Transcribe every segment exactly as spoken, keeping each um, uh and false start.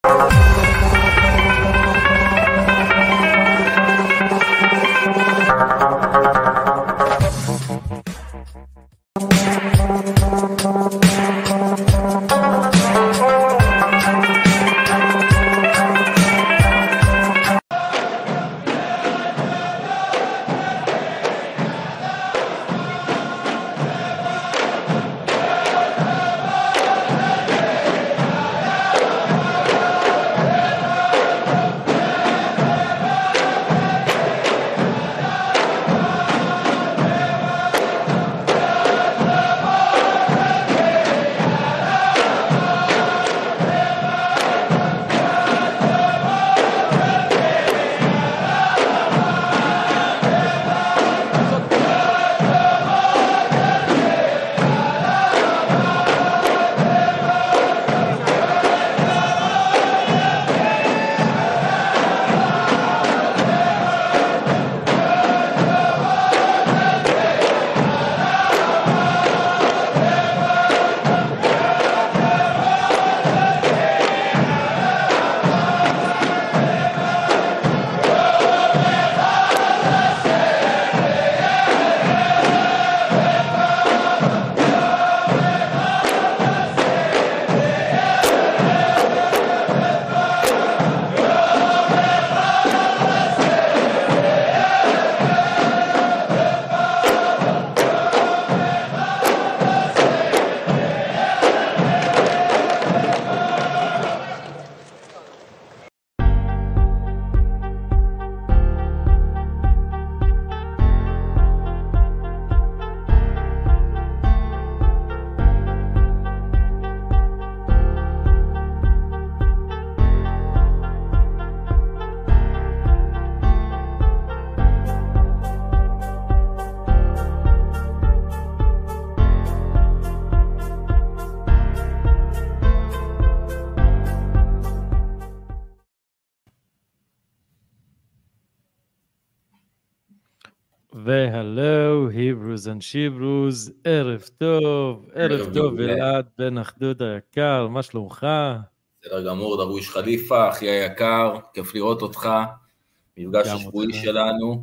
והלו, היברוז and שיברוז, ערב טוב, ערב טוב אלעד בן אחדוד היקר, מה שלומך? בסדר גמור, דרוש חליפה, אחי היקר, כיף לראות אותך, מפגש השבועי שלנו.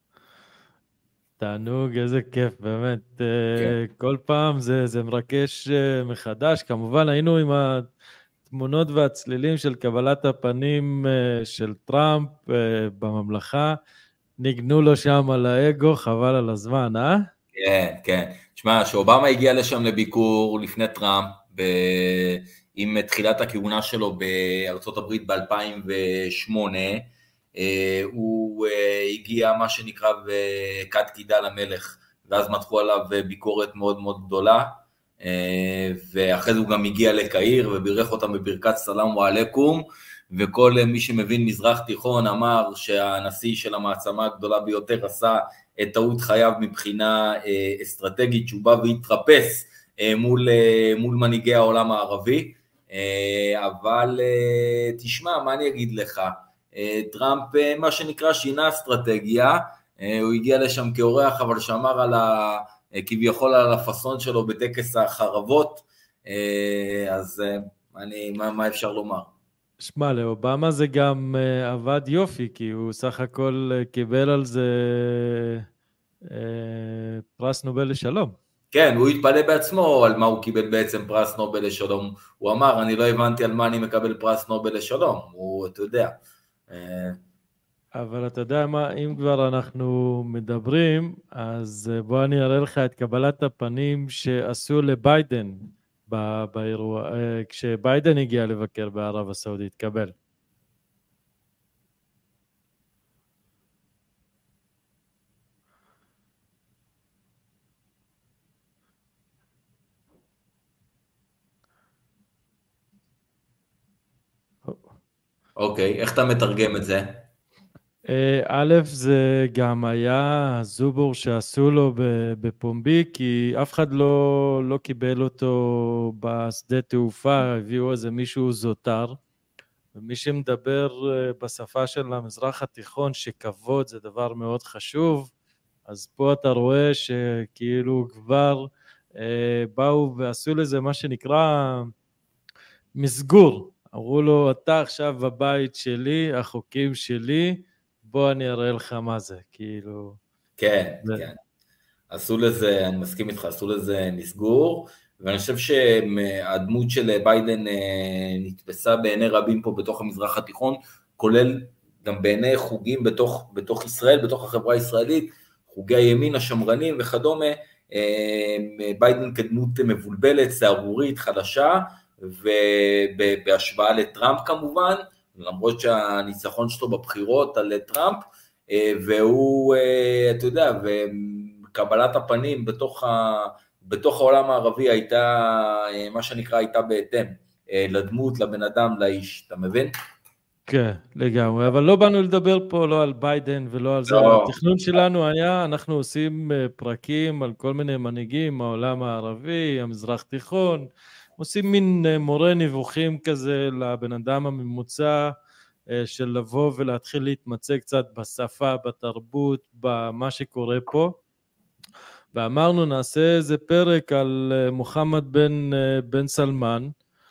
תענוג, איזה כיף, באמת, כן. כל פעם זה, זה מרגש מחדש, כמובן היינו עם התמונות והצלילים של קבלת הפנים של טראמפ בממלכה, ניגנו לו שם על האגו, חבל על הזמן, אה? כן, כן. תשמע, שאובמה הגיע לשם לביקור לפני טראמפ, ב... עם תחילת הכהונה שלו בארצות הברית ב-אלפיים ושמונה, הוא הגיע מה שנקרא וכת קידה למלך, ואז מתחו עליו ביקורת מאוד מאוד גדולה, ואחרי זה הוא גם הגיע לקהיר ובירך אותם בברכת סלאם ועליכום, וכל מי שמבין מזרח תיכון אמר שהנשיא של המעצמה הגדולה ביותר עשה את טעות חייו מבחינה אסטרטגית, שהוא בא והתרפס מול, מול מנהיגי העולם הערבי, אבל תשמע, מה אני אגיד לך, טראמפ מה שנקרא שינה אסטרטגיה, הוא הגיע לשם כאורח, אבל שמר על ה, כביכול על הפסון שלו בטקס החרבות, אז אני, מה, מה אפשר לומר? שמע, לאובמה זה גם uh, עבד יופי, כי הוא סך הכל uh, קיבל על זה uh, פרס נובל לשלום. כן, הוא התפלא בעצמו על מה הוא קיבל בעצם פרס נובל לשלום. הוא אמר, אני לא הבנתי על מה אני מקבל פרס נובל לשלום. הוא, אתה יודע. אבל אתה יודע מה, אם כבר אנחנו מדברים, אז בוא אני אראה לך את קבלת הפנים שעשו לביידן, באירוע, כשביידן הגיע לבקר בערב הסעודית, קבל. אוקיי, איך אתה מתרגם את זה? א', זה גם היה זובור שעשו לו בפומבי, כי אף אחד לא, לא קיבל אותו בשדה תעופה, הביאו איזה מישהו זוטר, ומי שמדבר בשפה של המזרח התיכון שכבוד זה דבר מאוד חשוב, אז פה אתה רואה שכאילו כבר אה, באו ועשו לזה מה שנקרא מסגור, אמרו לו, אתה עכשיו בבית שלי, החוקים שלי, בוא אני אראה לך מה זה, כאילו... כן, זה... כן. עשו לזה, אני מסכים איתך, עשו לזה נסגור, ואני חושב שהדמות של ביידן נתפסה בעיני רבים פה בתוך המזרח התיכון, כולל גם בעיני חוגים בתוך, בתוך ישראל, בתוך החברה הישראלית, חוגי הימין, השמרנים וכדומה, ביידן כדמות מבולבלת, סערורית, חדשה, ובהשוואה לטראמפ כמובן, למרות שהניצחון שלו בבחירות על טראמפ, והוא, אתה יודע, וקבלת הפנים בתוך, ה, בתוך העולם הערבי הייתה, מה שנקרא, הייתה בהתאם, לדמות, לבן אדם, לאיש, אתה מבין? כן, לגמרי, אבל לא באנו לדבר פה לא על ביידן ולא על זה, לא. התכנון שלנו היה, אנחנו עושים פרקים על כל מיני מנהיגים, העולם הערבי, המזרח תיכון, עושים מין מורה נבוכים כזה לבן אדם הממוצע, של לבוא ולהתחיל להתמצא קצת בשפה, בתרבות, במה שקורה פה, ואמרנו נעשה איזה פרק על מוחמד בן, בן סלמן,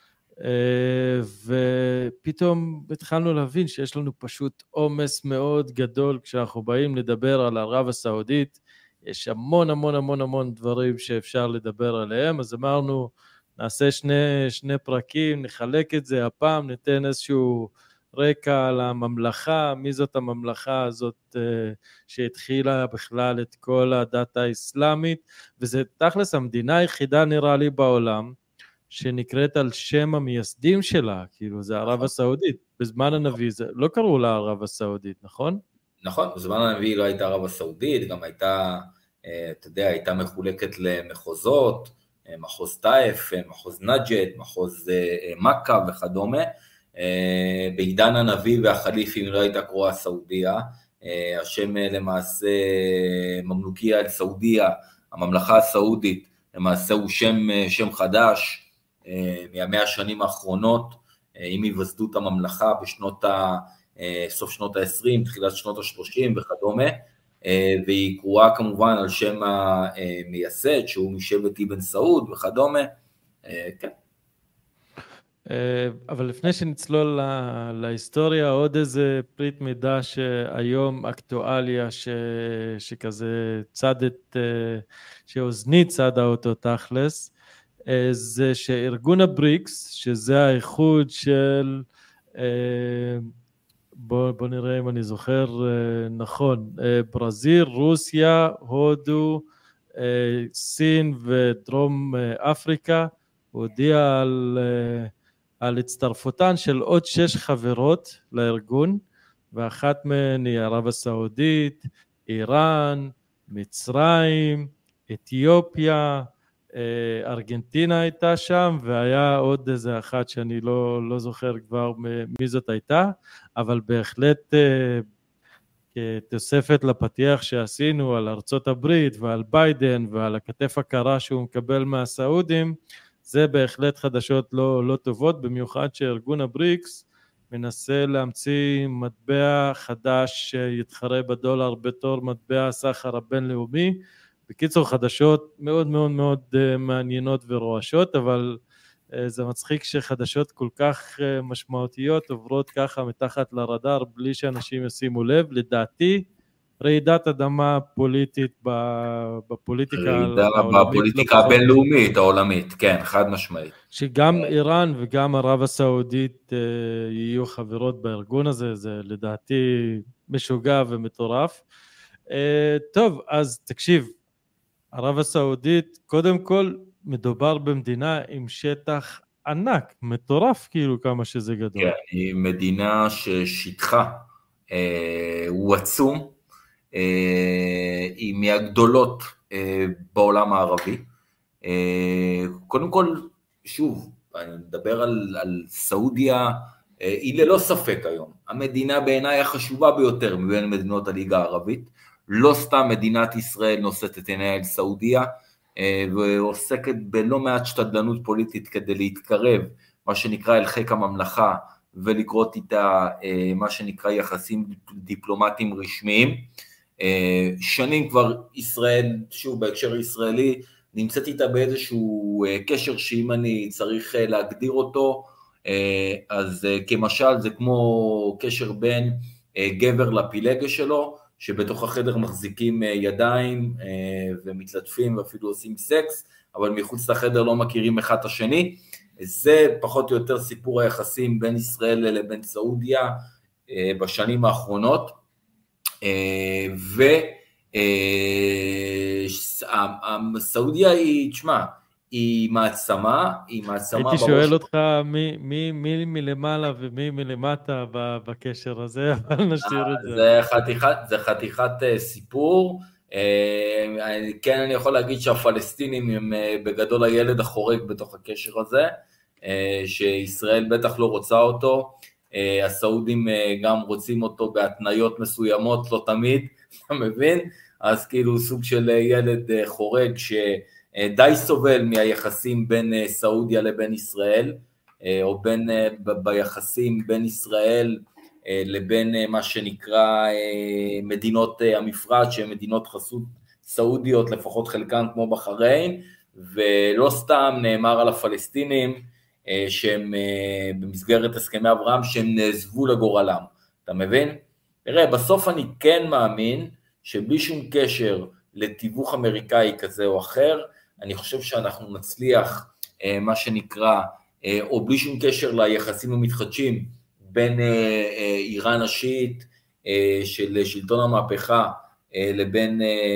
ופתאום התחלנו להבין שיש לנו פשוט עומס מאוד גדול כשאנחנו באים לדבר על ערב הסעודית, יש המון המון המון המון דברים שאפשר לדבר עליהם, אז אמרנו נעשה שני, שני פרקים, נחלק את זה הפעם, ניתן איזשהו רקע על הממלכה, מי זאת הממלכה הזאת שהתחילה בכלל את כל הדת האסלאמית, וזה תכלס המדינה היחידה נראה לי בעולם, שנקראת על שם המייסדים שלה, כאילו זה ערב הסעודית, בזמן הנביא זה לא קראו לה ערב הסעודית, נכון? נכון, בזמן הנביא לא הייתה ערב הסעודית, גם הייתה, אתה יודע, הייתה מחולקת למחוזות, מחוז טייף, מחוז נג'ד, מחוז מקה וכדומה, בעידן הנביא והחליפים לא הייתה קרואה סעודיה, השם למעשה ממלוכיה אל סעודיה, הממלכה הסעודית, למעשה הוא שם, שם חדש, מהמאה השנים האחרונות, עם היווסדות הממלכה בשנות ה... סוף שנות ה-עשרים, תחילת שנות ה-שלושים וכדומה, והיא קרואה כמובן על שם המייסד, שהוא משבט אבן סעוד וכדומה, כן. אבל לפני שנצלול לה, להיסטוריה, עוד איזה פריט מידע שהיום אקטואליה, ש, שכזה צדת, שאוזני צדה אותו תכלס, זה שארגון הבריקס, שזה האיחוד של, בוא, בוא נראה אם אני זוכר נכון, ברזיל, רוסיה, הודו, סין ודרום אפריקה, הוא הודיע על, על הצטרפותן של עוד שש חברות לארגון, ואחת מהן היא ערב הסעודית, איראן, מצרים, אתיופיה, ארגנטינה הייתה שם, והיה עוד איזה אחת שאני לא, לא זוכר כבר מי זאת הייתה, אבל בהחלט כתוספת לפתיח שעשינו על ארצות הברית ועל ביידן ועל הכתף הקרה שהוא מקבל מהסעודים, זה בהחלט חדשות לא, לא טובות, במיוחד שארגון הבריקס מנסה להמציא מטבע חדש שיתחרה בדולר בתור מטבע הסחר הבינלאומי. בקיצור, חדשות מאוד מאוד מאוד מעניינות ורועשות, אבל זה מצחיק שחדשות כל כך משמעותיות עוברות ככה מתחת לרדאר בלי שאנשים ישימו לב. לדעתי רעידת אדמה פוליטית בפוליטיקה העולמית, בפוליטיקה הבינלאומית העולמית, כן, חד משמעית. שגם איראן וגם ערב הסעודית יהיו חברות בארגון הזה, זה לדעתי משוגע ומטורף. טוב, אז תקשיב, ערב הסעודית, קודם כל מדובר במדינה עם שטח ענק, מטורף כאילו כמה שזה גדול. כן, היא מדינה ששטחה אה, הוא עצום, אה, היא מהגדולות אה, בעולם הערבי. אה, קודם כל, שוב, אני מדבר על, על סעודיה, אה, היא ללא ספק היום, המדינה בעיניי החשובה ביותר מבין מדינות הליגה הערבית, לא סתם מדינת ישראל נושאת את עיניה אל סעודיה, ועוסקת בלא מעט שתדלנות פוליטית כדי להתקרב, מה שנקרא אל חיק הממלכה, ולקרות איתה מה שנקרא יחסים דיפלומטיים רשמיים. שנים כבר ישראל, שוב בהקשר הישראלי, נמצאת איתה באיזשהו קשר שאם אני צריך להגדיר אותו, אז כמשל זה כמו קשר בין גבר לפילגה שלו, שבתוך החדר מחזיקים ידיים ומתלטפים ואפילו עושים סקס, אבל מחוץ לחדר לא מכירים אחד את השני. זה פחות או יותר סיפור היחסים בין ישראל לבין סעודיה בשנים האחרונות, וסעודיה היא, תשמע, היא מעצמה, היא מעצמה הייתי שואל אותך מי, מי, מי מלמעלה ומי מלמטה בקשר הזה, אבל נשאיר את זה. זה חתיכת, זה חתיכת סיפור. כן, אני יכול להגיד שהפלסטינים הם בגדול הילד החורג בתוך הקשר הזה, שישראל בטח לא רוצה אותו, הסעודים גם רוצים אותו בהתניות מסוימות, לא תמיד, אתה מבין? אז כאילו סוג של ילד חורג שדי סובל מהיחסים בין סעודיה לבין ישראל, או בין, ביחסים בין ישראל לבין מה שנקרא מדינות המפרץ, שהן מדינות חסות סעודיות, לפחות חלקן כמו בחריין, ולא סתם נאמר על הפלסטינים, שהם במסגרת הסכמי אברהם, שהם נעזבו לגורלם, אתה מבין? תראה, בסוף אני כן מאמין, שבלי שום קשר לתיווך אמריקאי כזה או אחר, אני חושב שאנחנו נצליח, מה שנקרא, או בלי שום קשר ליחסים המתחדשים, בין איראן השיעית של שלטון המהפכה, לבין,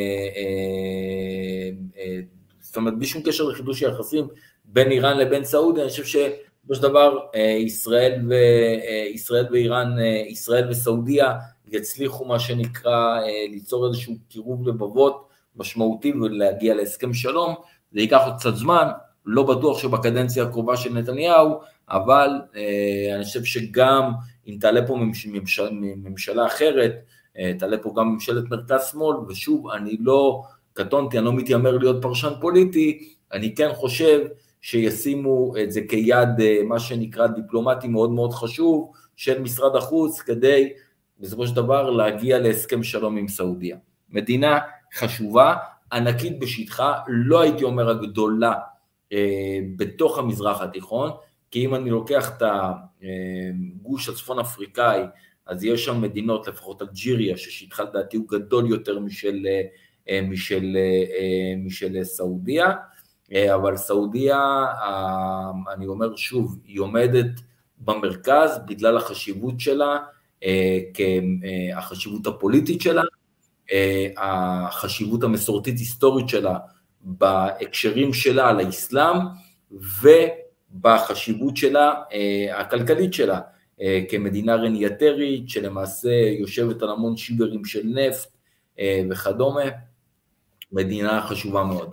זאת אומרת, בלי שום קשר לחידוש היחסים, בין איראן לבין סעודיה, אני חושב שבש דבר, ישראל, ו, ישראל ואיראן, ישראל וסעודיה, יצליחו מה שנקרא, ליצור איזשהו קירוב לבבות משמעותי, ולהגיע להסכם שלום. זה ייקח עוד קצת זמן, לא בטוח שבקדנציה הקרובה של נתניהו, אבל אני חושב שגם אם תעלה פה ממשלה, ממשלה אחרת, תעלה פה גם ממשלת מרכז שמאל, ושוב, אני לא קטונתי, אני לא מתיימר להיות פרשן פוליטי, אני כן חושב שישימו את זה כיד, מה שנקרא דיפלומטי מאוד מאוד חשוב, של משרד החוץ, כדי בסופו של דבר להגיע להסכם שלום עם סעודיה. מדינה חשובה, ענקית בשטחה, לא הייתי אומר הגדולה, אה, בתוך המזרח התיכון, כי אם אני לוקח את הגוש הצפון אפריקאי, אז יש שם מדינות, לפחות אלג'יריה, ששטחה לדעתי הוא גדול יותר משל, אה, משל, אה, משל סעודיה, אבל סעודיה, אני אומר שוב, היא עומדת במרכז בגלל החשיבות שלה, החשיבות הפוליטית שלה, החשיבות המסורתית היסטורית שלה בהקשרים שלה על האסלאם, ובחשיבות שלה הכלכלית שלה, כמדינה רנייטרית שלמעשה יושבת על המון שיגרים של נפט וכדומה, מדינה חשובה מאוד.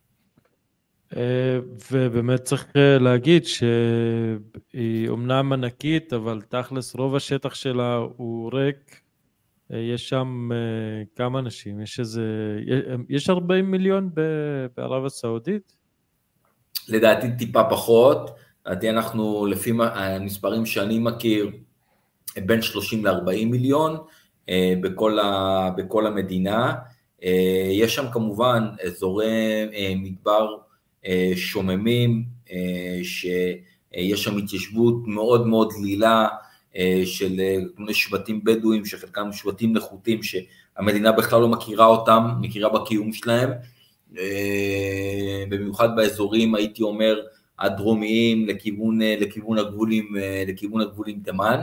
ובאמת צריך להגיד שהיא אומנם ענקית, אבל תכלס רוב השטח שלה הוא ריק, יש שם כמה אנשים, יש איזה, יש ארבעים מיליון בערב הסעודית? לדעתי טיפה פחות, לדעתי אנחנו לפי המספרים שאני מכיר, בין שלושים לארבעים מיליון בכל, ה, בכל המדינה, יש שם כמובן אזורי מדבר, שוממים, שיש שם התיישבות מאוד מאוד דלילה של שבטים בדואים, שחלקם שבטים נחותים, שהמדינה בכלל לא מכירה אותם, מכירה בקיום שלהם, במיוחד באזורים, הייתי אומר, הדרומיים, לכיוון, לכיוון הגבולים, לכיוון הגבולים תימן,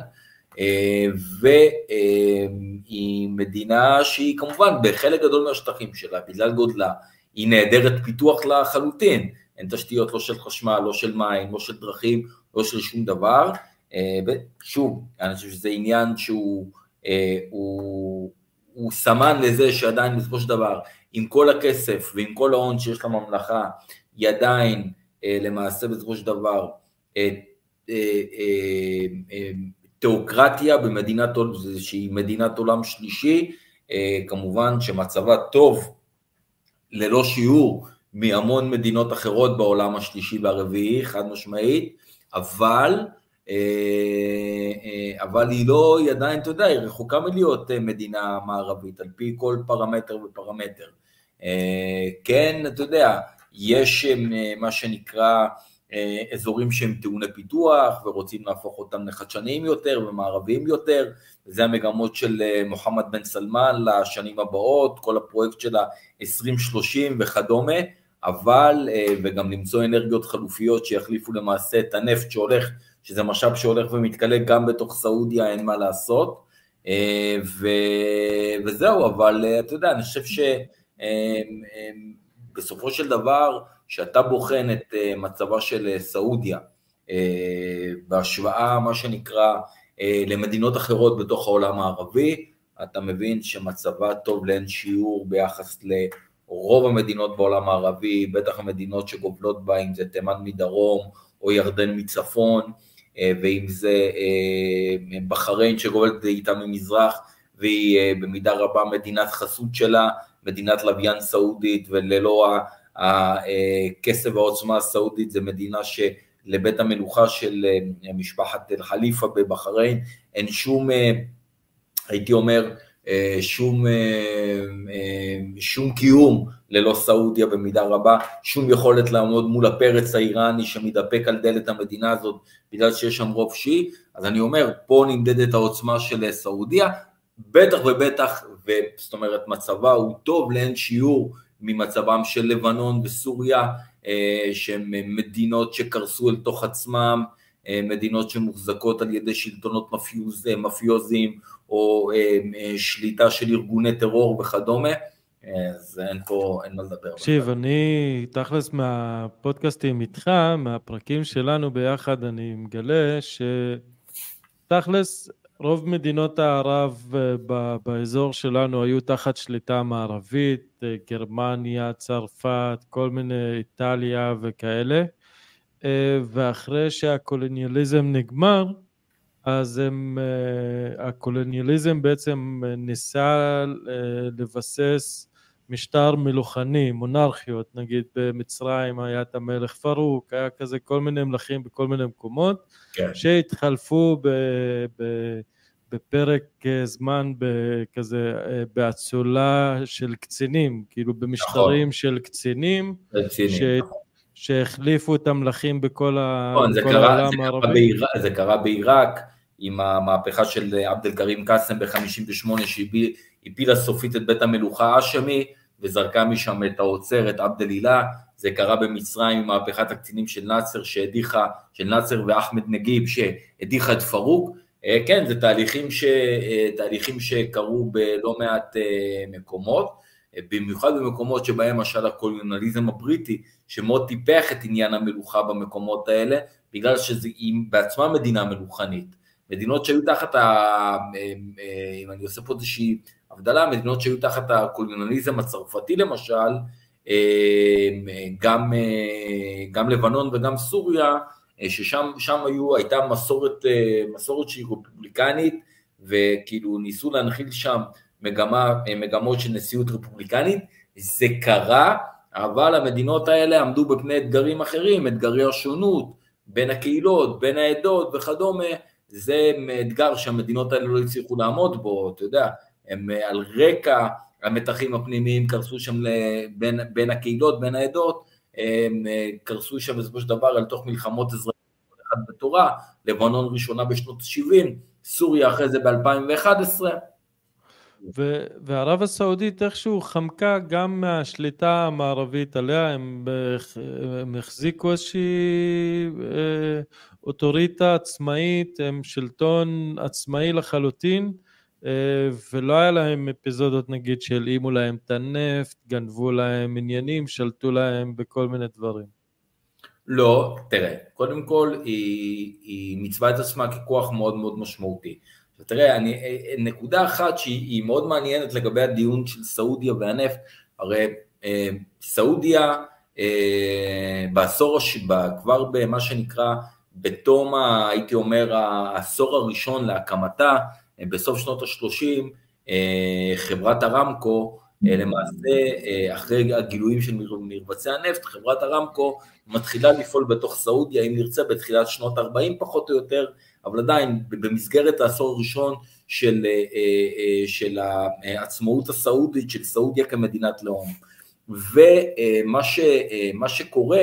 והיא מדינה שהיא כמובן בחלק גדול מהשטחים שלה, בגלל גודלה, היא נהדרת פיתוח לחלוטין, אין תשתיות לא של חשמל, לא של מים, לא של דרכים, לא של שום דבר, ושוב, אני חושב שזה עניין שהוא הוא, הוא סמן לזה שעדיין בסופו של דבר, עם כל הכסף ועם כל ההון שיש לממלכה, היא עדיין למעשה בסופו של דבר תיאוקרטיה במדינת, שהיא מדינת עולם שלישי, כמובן שמצבה טוב, ללא שיעור מהמון מדינות אחרות בעולם השלישי והרביעי, חד משמעית, אבל, אבל היא לא, היא עדיין, אתה יודע, היא רחוקה מלהיות מדינה מערבית, על פי כל פרמטר ופרמטר. כן, אתה יודע, יש מה שנקרא אזורים שהם טעוני פיתוח, ורוצים להפוך אותם לחדשניים יותר ומערביים יותר, וזה המגמות של מוחמד בן סלמן לשנים הבאות, כל הפרויקט של ה-עשרים שלושים וכדומה, אבל, וגם למצוא אנרגיות חלופיות שיחליפו למעשה את הנפט שהולך, שזה משאב שהולך ומתקלה גם בתוך סעודיה, אין מה לעשות, ו... וזהו, אבל אתה יודע, אני חושב שבסופו של דבר, שאתה בוחן את מצבה של סעודיה, בהשוואה, מה שנקרא, למדינות אחרות בתוך העולם הערבי, אתה מבין שמצבה טוב לאין שיעור ביחס לרוב המדינות בעולם הערבי, בטח המדינות שגובלות בה, אם זה תימן מדרום או ירדן מצפון, ואם זה בחריין שגובלת איתה ממזרח, והיא במידה רבה מדינת חסות שלה, מדינת לוויין סעודית, וללא הכסף והעוצמה הסעודית, זה מדינה שלבית המלוכה של משפחת אל חליפה בבחריין, אין שום, הייתי אומר, שום, שום קיום ללא סעודיה במידה רבה, שום יכולת לעמוד מול הפרץ האיראני שמתדפק על דלת המדינה הזאת, בגלל שיש שם רוב שיעי, אז אני אומר, פה נמדדת העוצמה של סעודיה, בטח ובטח, זאת אומרת, מצבה הוא טוב לאין שיעור ממצבם של לבנון וסוריה, שהן מדינות שקרסו אל תוך עצמם, מדינות שמוחזקות על ידי שלטונות מפיוז, מפיוזים, או שליטה של ארגוני טרור וכדומה, אז אין פה, אין מה לדבר. תקשיב, אני תכלס מהפודקאסטים איתך, מהפרקים שלנו ביחד, אני מגלה שתכלס רוב מדינות הערב באזור שלנו היו תחת שליטה מערבית, גרמניה, צרפת, כל מיני איטליה וכאלה, ואחרי שהקולוניאליזם נגמר, אז הם, הקולוניאליזם בעצם ניסה לבסס משטר מלוכני, מונרכיות, נגיד במצרים היה את המלך פרוק, היה כזה כל מיני מלכים בכל מיני מקומות, כן. שהתחלפו ב, ב, בפרק זמן כזה, באצולה של קצינים, כאילו במשטרים נכון. של קצינים, קצינים ש... נכון. שהחליפו את המלכים בכל, נכון, ה... זה בכל קרה, העולם זה הערבי. קרה בעיר, זה קרה בעיראק, עם המהפכה של עבד אל כרים קאסם ב-חמישים ושמונה, שהפילה סופית את בית המלוכה האשמי, וזרקה משם את האוצר, את עבד אל-אילה. זה קרה במצרים עם מהפכת הקצינים של נאצר, שהדיחה, של נאצר ואחמד נגיב, שהדיחה את פרוק. כן, זה תהליכים, ש... תהליכים שקרו בלא מעט מקומות, במיוחד במקומות שבהם משל הקולוניאליזם הבריטי, שמאוד טיפח את עניין המלוכה במקומות האלה, בגלל שזה בעצמה מדינה מלוכנית. מדינות שהיו תחת, ה... אם אני עושה פה איזושהי הבדלה, מדינות שהיו תחת הקולוניאליזם הצרפתי למשל, גם, גם לבנון וגם סוריה, ששם שם היו, הייתה מסורת, מסורת שהיא רפובליקנית, וכאילו ניסו להנחיל שם מגמה, מגמות של נשיאות רפובליקנית. זה קרה, אבל המדינות האלה עמדו בפני אתגרים אחרים, אתגרי השונות, בין הקהילות, בין העדות וכדומה. זה אתגר שהמדינות האלה לא הצליחו לעמוד בו, אתה יודע, הם על רקע המתחים הפנימיים קרסו שם בין, בין הקהילות, בין העדות, הם קרסו שם בסופו של דבר על תוך מלחמות אזרחיות, אחד בתורה, לבנון ראשונה בשנות ה-שבעים, סוריה אחרי זה ב-אלפיים ואחת עשרה. ו- וערב הסעודית איכשהו חמקה גם מהשליטה המערבית עליה, הם, הם החזיקו איזושהי אה, אוטוריטה עצמאית, הם שלטון עצמאי לחלוטין, אה, ולא היה להם אפיזודות נגיד של אימו להם את הנפט, גנבו להם עניינים, שלטו להם בכל מיני דברים. לא, תראה, קודם כל היא, היא מצווה את עצמה ככוח מאוד מאוד משמעותי. תראה, אני, נקודה אחת שהיא מאוד מעניינת לגבי הדיון של סעודיה והנפט, הרי אה, סעודיה אה, בעשור, כבר במה שנקרא, בתום, הייתי אומר, העשור הראשון להקמתה, אה, בסוף שנות ה-שלושים, אה, חברת הרמקו, אה, למעשה, אה, אחרי הגילויים של מרבצי הנפט, חברת הרמקו מתחילה לפעול בתוך סעודיה, אם נרצה, בתחילת שנות ה-ארבעים פחות או יותר, אבל עדיין במסגרת העשור הראשון של, של העצמאות הסעודית, של סעודיה כמדינת לאום. ומה ש, מה שקורה,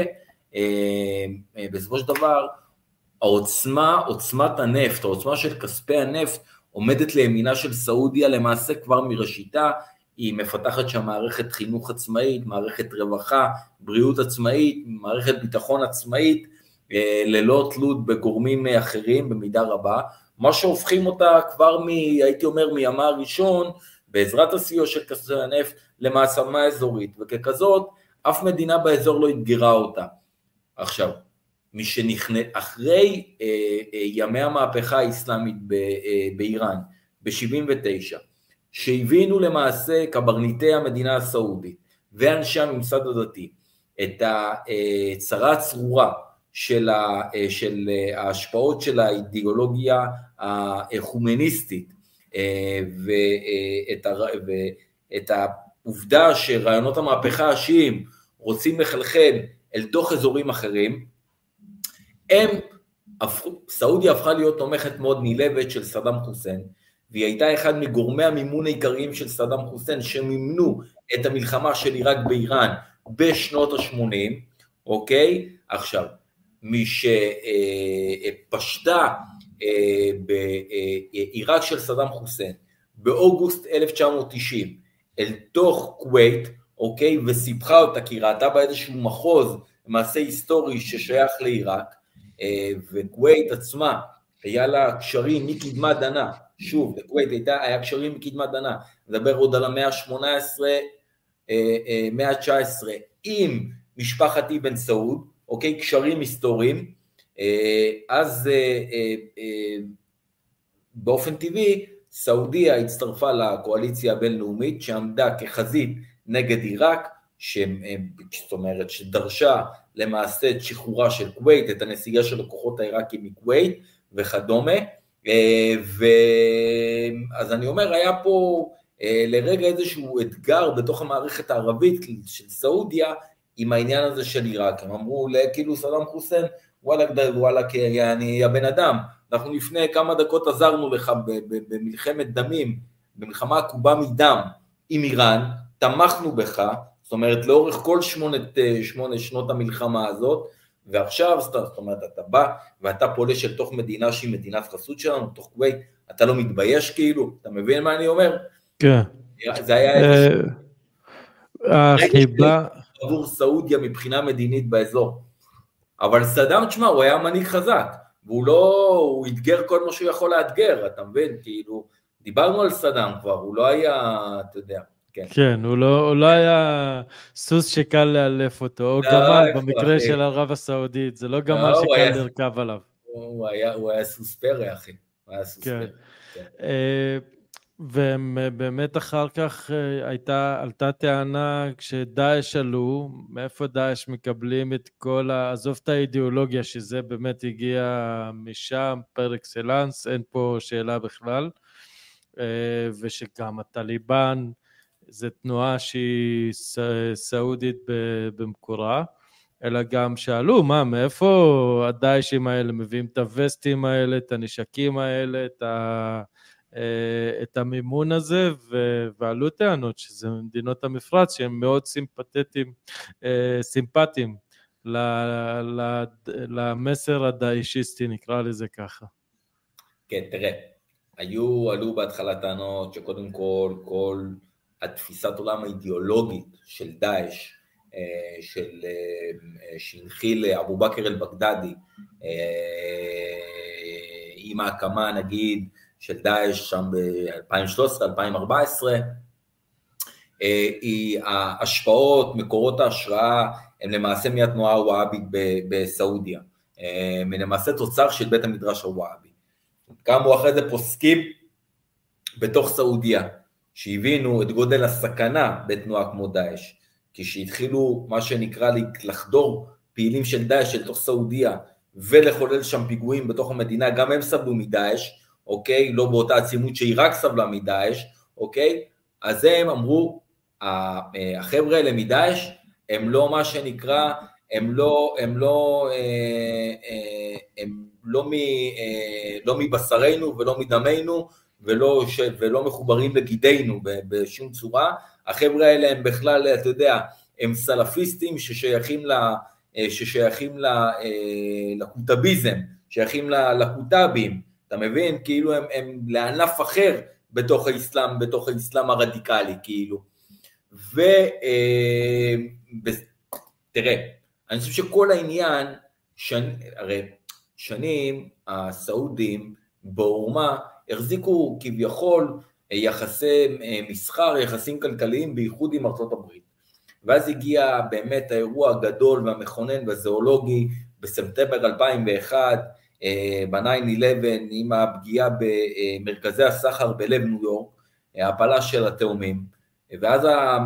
בסופו של דבר, העוצמה, עוצמת הנפט, העוצמה של כספי הנפט, עומדת לימינה של סעודיה, למעשה כבר מראשיתה, היא מפתחת שם מערכת חינוך עצמאית, מערכת רווחה, בריאות עצמאית, מערכת ביטחון עצמאית, ללא תלות בגורמים אחרים במידה רבה, מה שהופכים אותה כבר מ, הייתי אומר, מימה הראשון, בעזרת הסיוע של כספי הנפט, למעצמה אזורית, וככזאת, אף מדינה באזור לא התגרה אותה. עכשיו, מי שנכנס, אחרי אה, אה, ימי המהפכה האסלאמית ב, אה, באיראן, ב-שבעים ותשע, שהבינו למעשה קברניטי המדינה הסעודית, ואנשי הממסד הדתי, את הצרה הצרורה של, ה, של ההשפעות של האידיאולוגיה החומניסטית, ואת, ואת העובדה שרעיונות המהפכה השיעים רוצים לחלחל אל תוך אזורים אחרים, הם, סעודיה הפכה להיות תומכת מאוד נלהבת של סדאם חוסיין, והיא הייתה אחד מגורמי המימון העיקריים של סדאם חוסיין, שמימנו את המלחמה של עיראק באיראן בשנות ה-שמונים, אוקיי? עכשיו, מי שפשטה בעיראק של סדאם חוסיין, באוגוסט אלף תשע מאות תשעים, אל תוך כווית, אוקיי? וסיפחה אותה, כי ראתה בה איזשהו מחוז, מעשה היסטורי ששייך לעיראק, וכווית עצמה, היה לה קשרים מקדמת דנה, שוב, לכווית הייתה, היה קשרים מקדמת דנה, נדבר עוד על המאה ה-שמונה עשרה, מאה ה-תשע עשרה, עם משפחת אבן סעוד, אוקיי, קשרים היסטוריים, אז באופן טבעי, סעודיה הצטרפה לקואליציה הבינלאומית, שעמדה כחזית נגד עיראק, זאת אומרת, שדרשה למעשה את שחרורה של כווית, את הנסיגה של הכוחות העיראקים מכווית וכדומה, ואז אני אומר, היה פה לרגע איזשהו אתגר בתוך המערכת הערבית של סעודיה, עם העניין הזה של עיראק, הם אמרו כאילו סדאם חוסיין, וואלה, וואלה, כי אני הבן אדם, אנחנו לפני כמה דקות עזרנו לך במלחמת דמים, במלחמה עקובה מדם עם איראן, תמכנו בך, זאת אומרת, לאורך כל שמונת, שמונה שנות המלחמה הזאת, ועכשיו, זאת אומרת, אתה בא, ואתה פולש אל תוך מדינה שהיא מדינת חסות שלנו, תוך כווית, אתה לא מתבייש כאילו, אתה מבין מה אני אומר? כן. זה היה איזשהו... החיבה... עבור סעודיה מבחינה מדינית באזור. אבל סדאם, תשמע, הוא היה מנהיג חזק, והוא לא, הוא התגר כל מה שהוא יכול לאתגר, אתה מבין? כאילו, דיברנו על סדאם כבר, הוא לא היה, אתה יודע, כן. כן, הוא לא, הוא לא היה סוס שקל לאלף אותו, או גמל במקרה של ערב הסעודית, זה לא גמל שקל לרכב עליו. הוא היה, הוא היה סוס פרא, אחי. הוא היה סוס פרא. כן. ובאמת אחר כך הייתה, עלתה טענה כשדאעש עלו, מאיפה דאעש מקבלים את כל, עזוב את האידיאולוגיה שזה באמת הגיע משם, פר אקסלנס, אין פה שאלה בכלל, ושגם הטליבן, זו תנועה שהיא סעודית במקורה, אלא גם שאלו, מה, מאיפה הדאעשים האלה מביאים את הווסטים האלה, את הנשקים האלה, את ה... את המימון הזה, ועלו טענות שזה מדינות המפרץ שהם מאוד סימפטיים, סימפטיים למסר הדאעשיסטי, נקרא לזה ככה. כן, תראה, היו, עלו בהתחלה טענות שקודם כל, כל התפיסת עולם האידיאולוגית של דאעש, של שהנחיל אבו בכר אל-בגדדי, עם ההקמה נגיד, של דאעש שם ב-אלפיים ושלוש עשרה אלפיים וארבע עשרה, היא ההשפעות, מקורות ההשראה, הם למעשה מהתנועה הוואבית בסעודיה, הם למעשה תוצר של בית המדרש הוואבי. קמו אחרי זה פוסקים בתוך סעודיה, שהבינו את גודל הסכנה בתנועה כמו דאעש, כשהתחילו מה שנקרא לחדור פעילים של דאעש של תוך סעודיה, ולחולל שם פיגועים בתוך המדינה, גם הם סבלו מדאעש, אוקיי? לא באותה עצימות שעיראק סבלה מדאעש, אוקיי? אז הם אמרו, החבר'ה האלה מדאעש, הם לא מה שנקרא, הם לא, הם לא, הם לא, מ, לא מבשרנו ולא מדמנו, ולא, ולא מחוברים לגידנו בשום צורה, החבר'ה האלה הם בכלל, אתה יודע, הם סלפיסטים ששייכים ששייכים לקוטביזם, שייכים לקוטבים, אתה מבין? כאילו הם, הם לענף אחר בתוך האסלאם, בתוך האסלאם הרדיקלי, כאילו. ותראה, אני חושב שכל העניין, שנ, הרי שנים הסעודים באורמה החזיקו כביכול יחסי מסחר, יחסים כלכליים בייחוד עם ארצות הברית. ואז הגיע באמת האירוע הגדול והמכונן והזואולוגי בספטמבר אלפיים ואחת, ב-ניין אלבן, עם הפגיעה במרכזי הסחר בלב ניו יורק, ההפלה של התאומים, ואז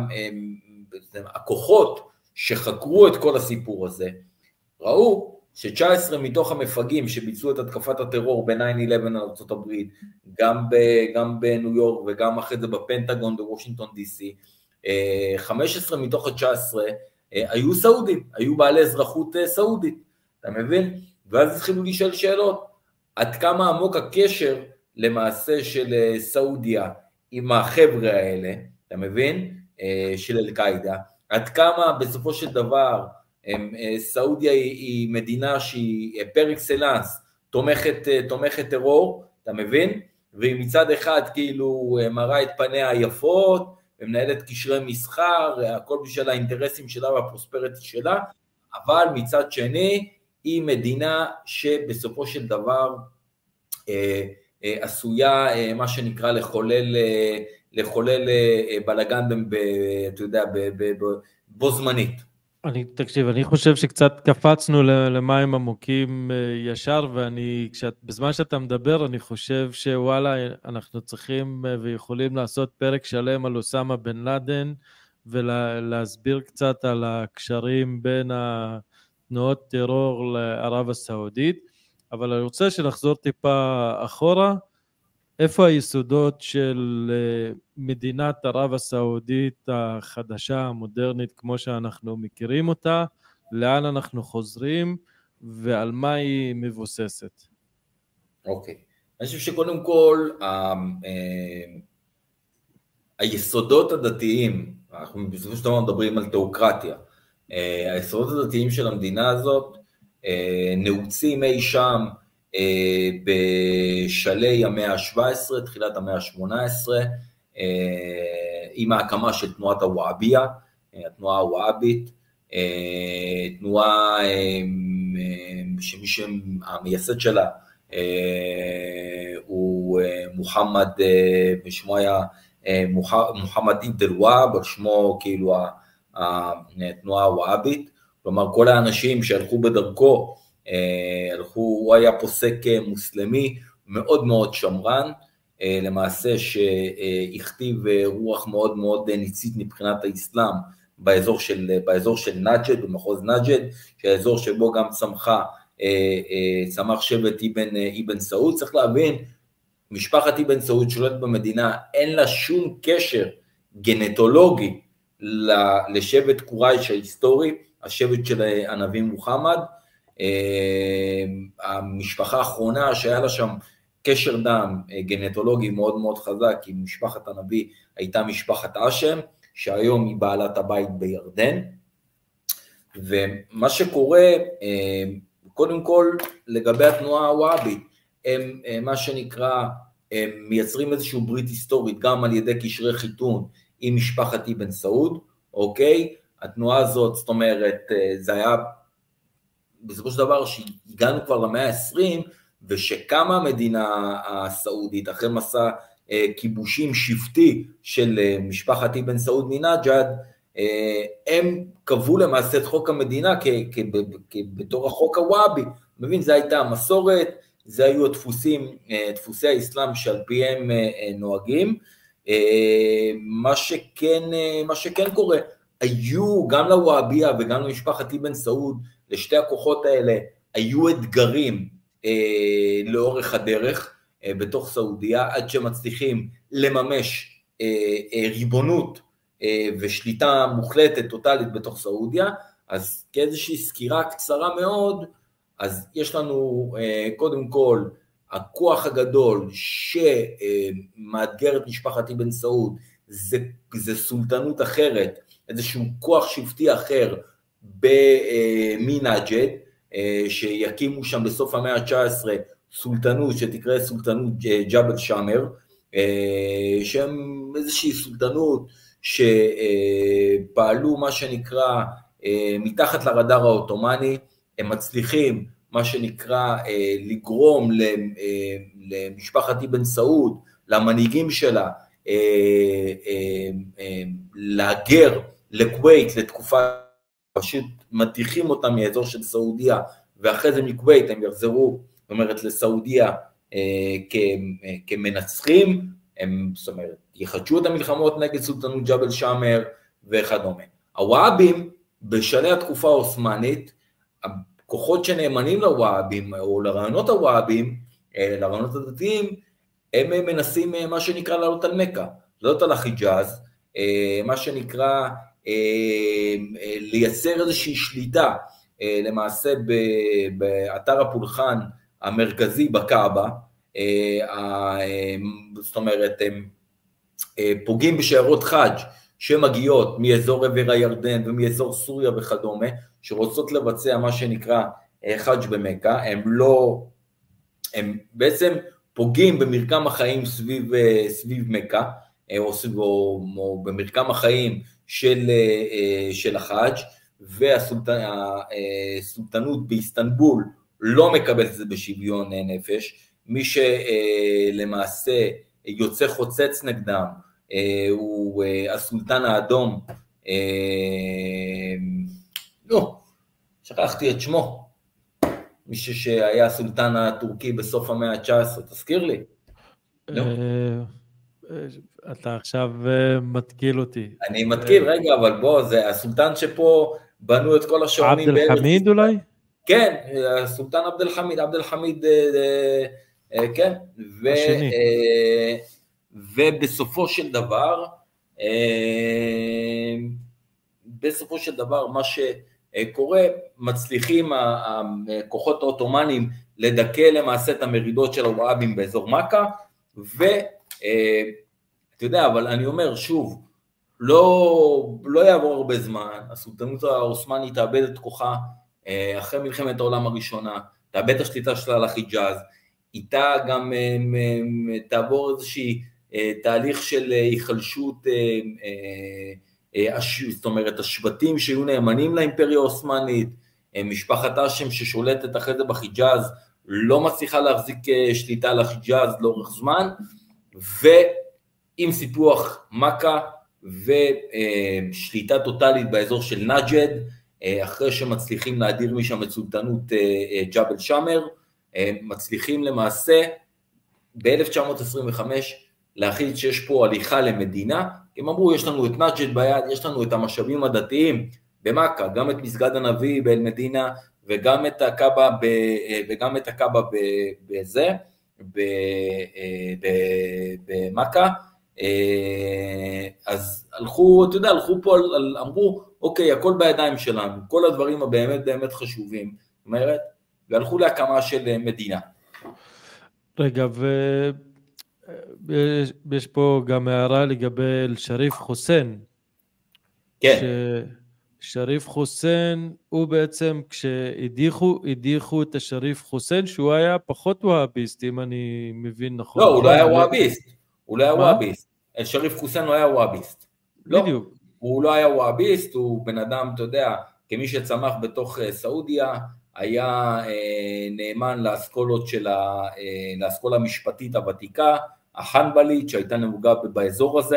הכוחות שחקרו את כל הסיפור הזה, ראו ש-תשע עשרה מתוך המפגעים שביצעו את התקפת הטרור ב-ניין אלבן על ארצות הברית, גם, ב- גם בניו יורק וגם אחרי זה בפנטגון בוושינגטון די סי, חמש עשרה מתוך ה-תשע עשרה היו סעודים, היו בעלי אזרחות סעודית, אתה מבין? ואז התחילו לשאול שאלות, עד כמה עמוק הקשר למעשה של סעודיה עם החבר'ה האלה, אתה מבין? של אל-קאידה, עד כמה בסופו של דבר סעודיה היא מדינה שהיא פר אקסלנס, תומכת, תומכת טרור, אתה מבין? והיא מצד אחד כאילו מראה את פניה היפות, ומנהלת קשרי מסחר, הכל בשביל האינטרסים שלה והפרוספריטי שלה, אבל מצד שני, היא מדינה שבסופו של דבר אה, אה, עשויה, אה, מה שנקרא, לחולל, אה, לחולל אה, בלגן, ב, אתה יודע, ב, ב, ב, בו זמנית. אני, תקשיב, אני חושב שקצת קפצנו למים עמוקים ישר, ואני, כשאת, בזמן שאתה מדבר, אני חושב שוואלה, אנחנו צריכים ויכולים לעשות פרק שלם על אוסמה בן לאדן, ולהסביר קצת על הקשרים בין התנועות טרור לערב הסעודית, אבל אני רוצה שנחזור טיפה אחורה, איפה היסודות של מדינת ערב הסעודית החדשה, המודרנית, כמו שאנחנו מכירים אותה, לאן אנחנו חוזרים ועל מה היא מבוססת? אוקיי, אני חושב שקודם כל, היסודות הדתיים, אנחנו בסופו של דבר מדברים על תיאוקרטיה, היסודות הדתיים של המדינה הזאת נעוצים אי שם, בשלהי המאה ה-שבע עשרה, תחילת המאה ה-שמונה עשרה, עם ההקמה של תנועת הוואביה, התנועה הוואבית, תנועה שמי שהמייסד שלה הוא מוחמד, בשמו היה מוחמד אבן אל-והאב, על שמו כאילו התנועה הוואבית, כלומר כל האנשים שהלכו בדרכו, הלכו, הוא היה פוסק מוסלמי מאוד מאוד שמרן, למעשה שהכתיב רוח מאוד מאוד ניצית מבחינת האסלאם באזור של, באזור של נג'ד, במחוז נג'ד, שהאזור שבו גם צמחה, צמח שבט אבן, אבן סעוד. צריך להבין, משפחת אבן סעוד שולטת במדינה, אין לה שום קשר גנטולוגי לשבט קורייש ההיסטורי, השבט של הנביא מוחמד, המשפחה האחרונה שהיה לה שם קשר דם גנטולוגי מאוד מאוד חזק עם משפחת הנביא הייתה משפחת אשם, שהיום היא בעלת הבית בירדן. ומה שקורה, קודם כל לגבי התנועה הוואבית, הם מה שנקרא, הם מייצרים איזשהו ברית היסטורית גם על ידי קשרי חיתון עם משפחת אבן סעוד, אוקיי? התנועה הזאת, זאת אומרת, זה היה בסופו של דבר שהגענו כבר למאה ה-עשרים, ושקמה המדינה הסעודית, אחרי מסע כיבושים שבטי של משפחת אבן סעוד מנג'ד, הם קבעו למעשה את חוק המדינה בתור החוק הוואבי, מבין, זה הייתה המסורת, זה היו הדפוסים, דפוסי האסלאם שעל פיהם נוהגים, מה שכן, מה שכן קורה, היו גם לוואביה וגם למשפחת אבן סעוד, לשתי הכוחות האלה היו אתגרים אה, לאורך הדרך אה, בתוך סעודיה, עד שמצליחים לממש אה, אה, ריבונות אה, ושליטה מוחלטת, טוטלית בתוך סעודיה. אז כאיזושהי סקירה קצרה מאוד, אז יש לנו אה, קודם כל, הכוח הגדול שמאתגר את משפחת אבן סעוד, זה, זה סולטנות אחרת, איזשהו כוח שבטי אחר, במנג'ד, שיקימו שם בסוף המאה ה-תשע עשרה סולטנות שתקרא סולטנות ג'בל שמר, שהם איזושהי סולטנות שפעלו מה שנקרא מתחת לרדאר העות'מאני, הם מצליחים מה שנקרא לגרום למשפחת אבן סעוד, למנהיגים שלה, להגר לכווית לתקופה, פשוט מטיחים אותם מאזור של סעודיה, ואחרי זה מכווית הם יחזרו, זאת אומרת, לסעודיה כמנצחים, הם, זאת אומרת, יחדשו את המלחמות נגד סולטנות ג'בל שמר וכדומה. הוואבים, בשלהי התקופה העות'מאנית, הכוחות שנאמנים לוואבים, או לרעיונות הוואבים, לרעיונות הדתיים, הם מנסים מה שנקרא לעלות על מכה, לעלות על החיג'אז, מה שנקרא לייצר איזושהי שליטה, למעשה באתר הפולחן המרכזי בקאבה, זאת אומרת, הם פוגעים בשיירות חאג' שמגיעות מאזור עבר הירדן ומאזור סוריה וכדומה, שרוצות לבצע מה שנקרא חאג' במכה, הם לא, הם בעצם פוגעים במרקם החיים סביב, סביב מכה, או, או, או במרקם החיים של, של החאג', והסולטנות באיסטנבול לא מקבלת את זה בשוויון נפש, מי שלמעשה יוצא חוצץ נגדם, הוא הסולטן האדום, לא, שכחתי את שמו, מישהו שהיה הסולטן הטורקי בסוף המאה ה-תשע עשרה, תזכיר לי. אתה עכשיו מתקיל אותי. אני מתקיל, רגע, אבל בוא, זה הסולטן שפה בנו את כל השעונים. עבד אל חמיד אולי? כן, הסולטן עבד אל חמיד, עבד אל חמיד, כן, ובסופו של דבר, בסופו של דבר, מה שקורה, מצליחים הכוחות העות'מאנים לדכא למעשה את המרידות של הוואבים באזור מכה, ואתה יודע, אבל אני אומר שוב, לא, לא יעבור הרבה זמן, הסולטנות העות'מאנית תאבד את כוחה, אחרי מלחמת העולם הראשונה, תאבד את השליטה שלה על החיג'אז, איתה גם תעבור איזושהי תהליך של היחלשות, זאת אומרת, השבטים שיהיו נאמנים לאימפריה העות'מאנית, משפחת האשם ששולטת אחרי זה בחיג'אז, לא מצליחה להחזיק שליטה על החיג'אז לאורך זמן, ועם סיפוח מכה ושליטה טוטלית באזור של נג'ד, אחרי שמצליחים להדיר משם את סולטנות ג'בל שמר, מצליחים למעשה ב-אלף תשע מאות עשרים וחמש להחליט שיש פה הליכה למדינה, הם אמרו יש לנו את נג'ד ביד, יש לנו את המשאבים הדתיים במכה, גם את מסגד הנביא באל מדינה, וגם את הקאבה וגם את הקאבה בזה, במכה, אז הלכו, אתה יודע, הלכו פה, אמרו, אוקיי, הכל בידיים שלנו, כל הדברים הבאמת באמת חשובים, זאת אומרת, והלכו להקמה של מדינה. רגע, ויש פה גם הערה לגבי אל-שריף חוסיין. כן. שריף חוסיין, הוא בעצם, כשהדיחו, הדיחו את השריף חוסיין, שהוא היה פחות וואביסט, אם אני מבין נכון. לא, הוא לא היה וואביסט, הוא לא היה וואביסט. אל-שריף חוסיין לא היה וואביסט. בדיוק. לא, הוא לא היה וואביסט, הוא בן אדם, אתה יודע, כמי שצמח בתוך סעודיה, היה נאמן לאסכולות של האסכולה המשפטית הוותיקה, החנבלית, שהייתה נהוגה באזור הזה,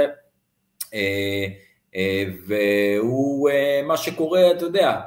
והוא, מה שקורה, אתה יודע,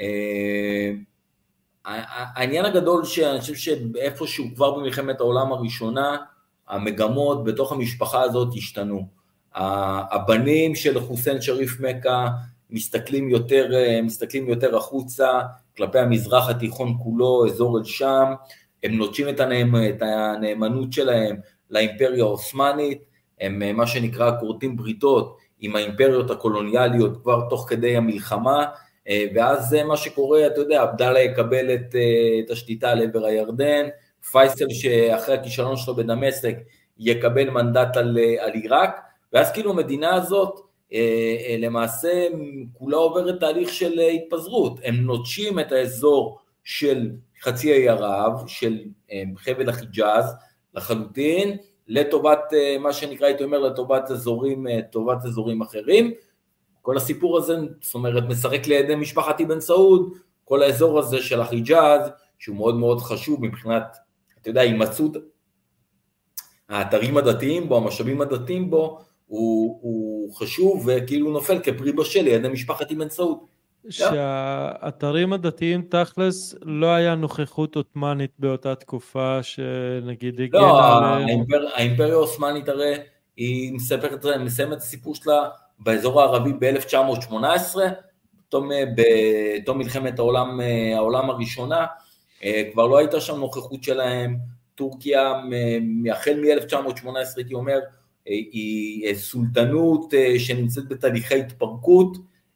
העניין הגדול שאני חושב שאיפשהו כבר במלחמת העולם הראשונה, המגמות בתוך המשפחה הזאת השתנו. הבנים של חוסיין שריף מכה מסתכלים יותר, מסתכלים יותר החוצה, כלפי המזרח התיכון כולו, אזור אל שם, הם נוטשים את הנאמנות שלהם לאימפריה העות'מאנית, הם מה שנקרא כורתים בריתות עם האימפריות הקולוניאליות כבר תוך כדי המלחמה, ואז זה מה שקורה, אתה יודע, עבדאללה יקבל את, את השליטה על עבר הירדן, פייסל שאחרי הכישלון שלו בדמשק יקבל מנדט על, על עיראק, ואז כאילו המדינה הזאת למעשה כולה עוברת תהליך של התפזרות, הם נוטשים את האזור של חצי האי ערב, של חבל החיג'אז לחלוטין, לטובת מה שנקרא, הייתי אומר, לטובת אזורים, טובת אזורים אחרים, כל הסיפור הזה, זאת אומרת, משחק לידי משפחת אבן סעוד, כל האזור הזה של החיג'אז, שהוא מאוד מאוד חשוב מבחינת, אתה יודע, הימצאות האתרים הדתיים בו, המשאבים הדתיים בו, הוא, הוא חשוב וכאילו נופל כפרי בשל לידי משפחת אבן סעוד. שהאתרים הדתיים תכלס לא היה נוכחות עות'מאנית באותה תקופה שנגיד הגנה לא, עליהם. האימפר, האימפריה העות'מאנית הרי היא מספרת, מסיימת את הסיפור שלה באזור הערבי ב-אלף תשע מאות שמונה עשרה, בתום, בתום מלחמת העולם, העולם הראשונה, כבר לא הייתה שם נוכחות שלהם, טורקיה החל מ-אלף תשע מאות שמונה עשרה הייתי אומר, היא סולטנות שנמצאת בתהליכי התפרקות,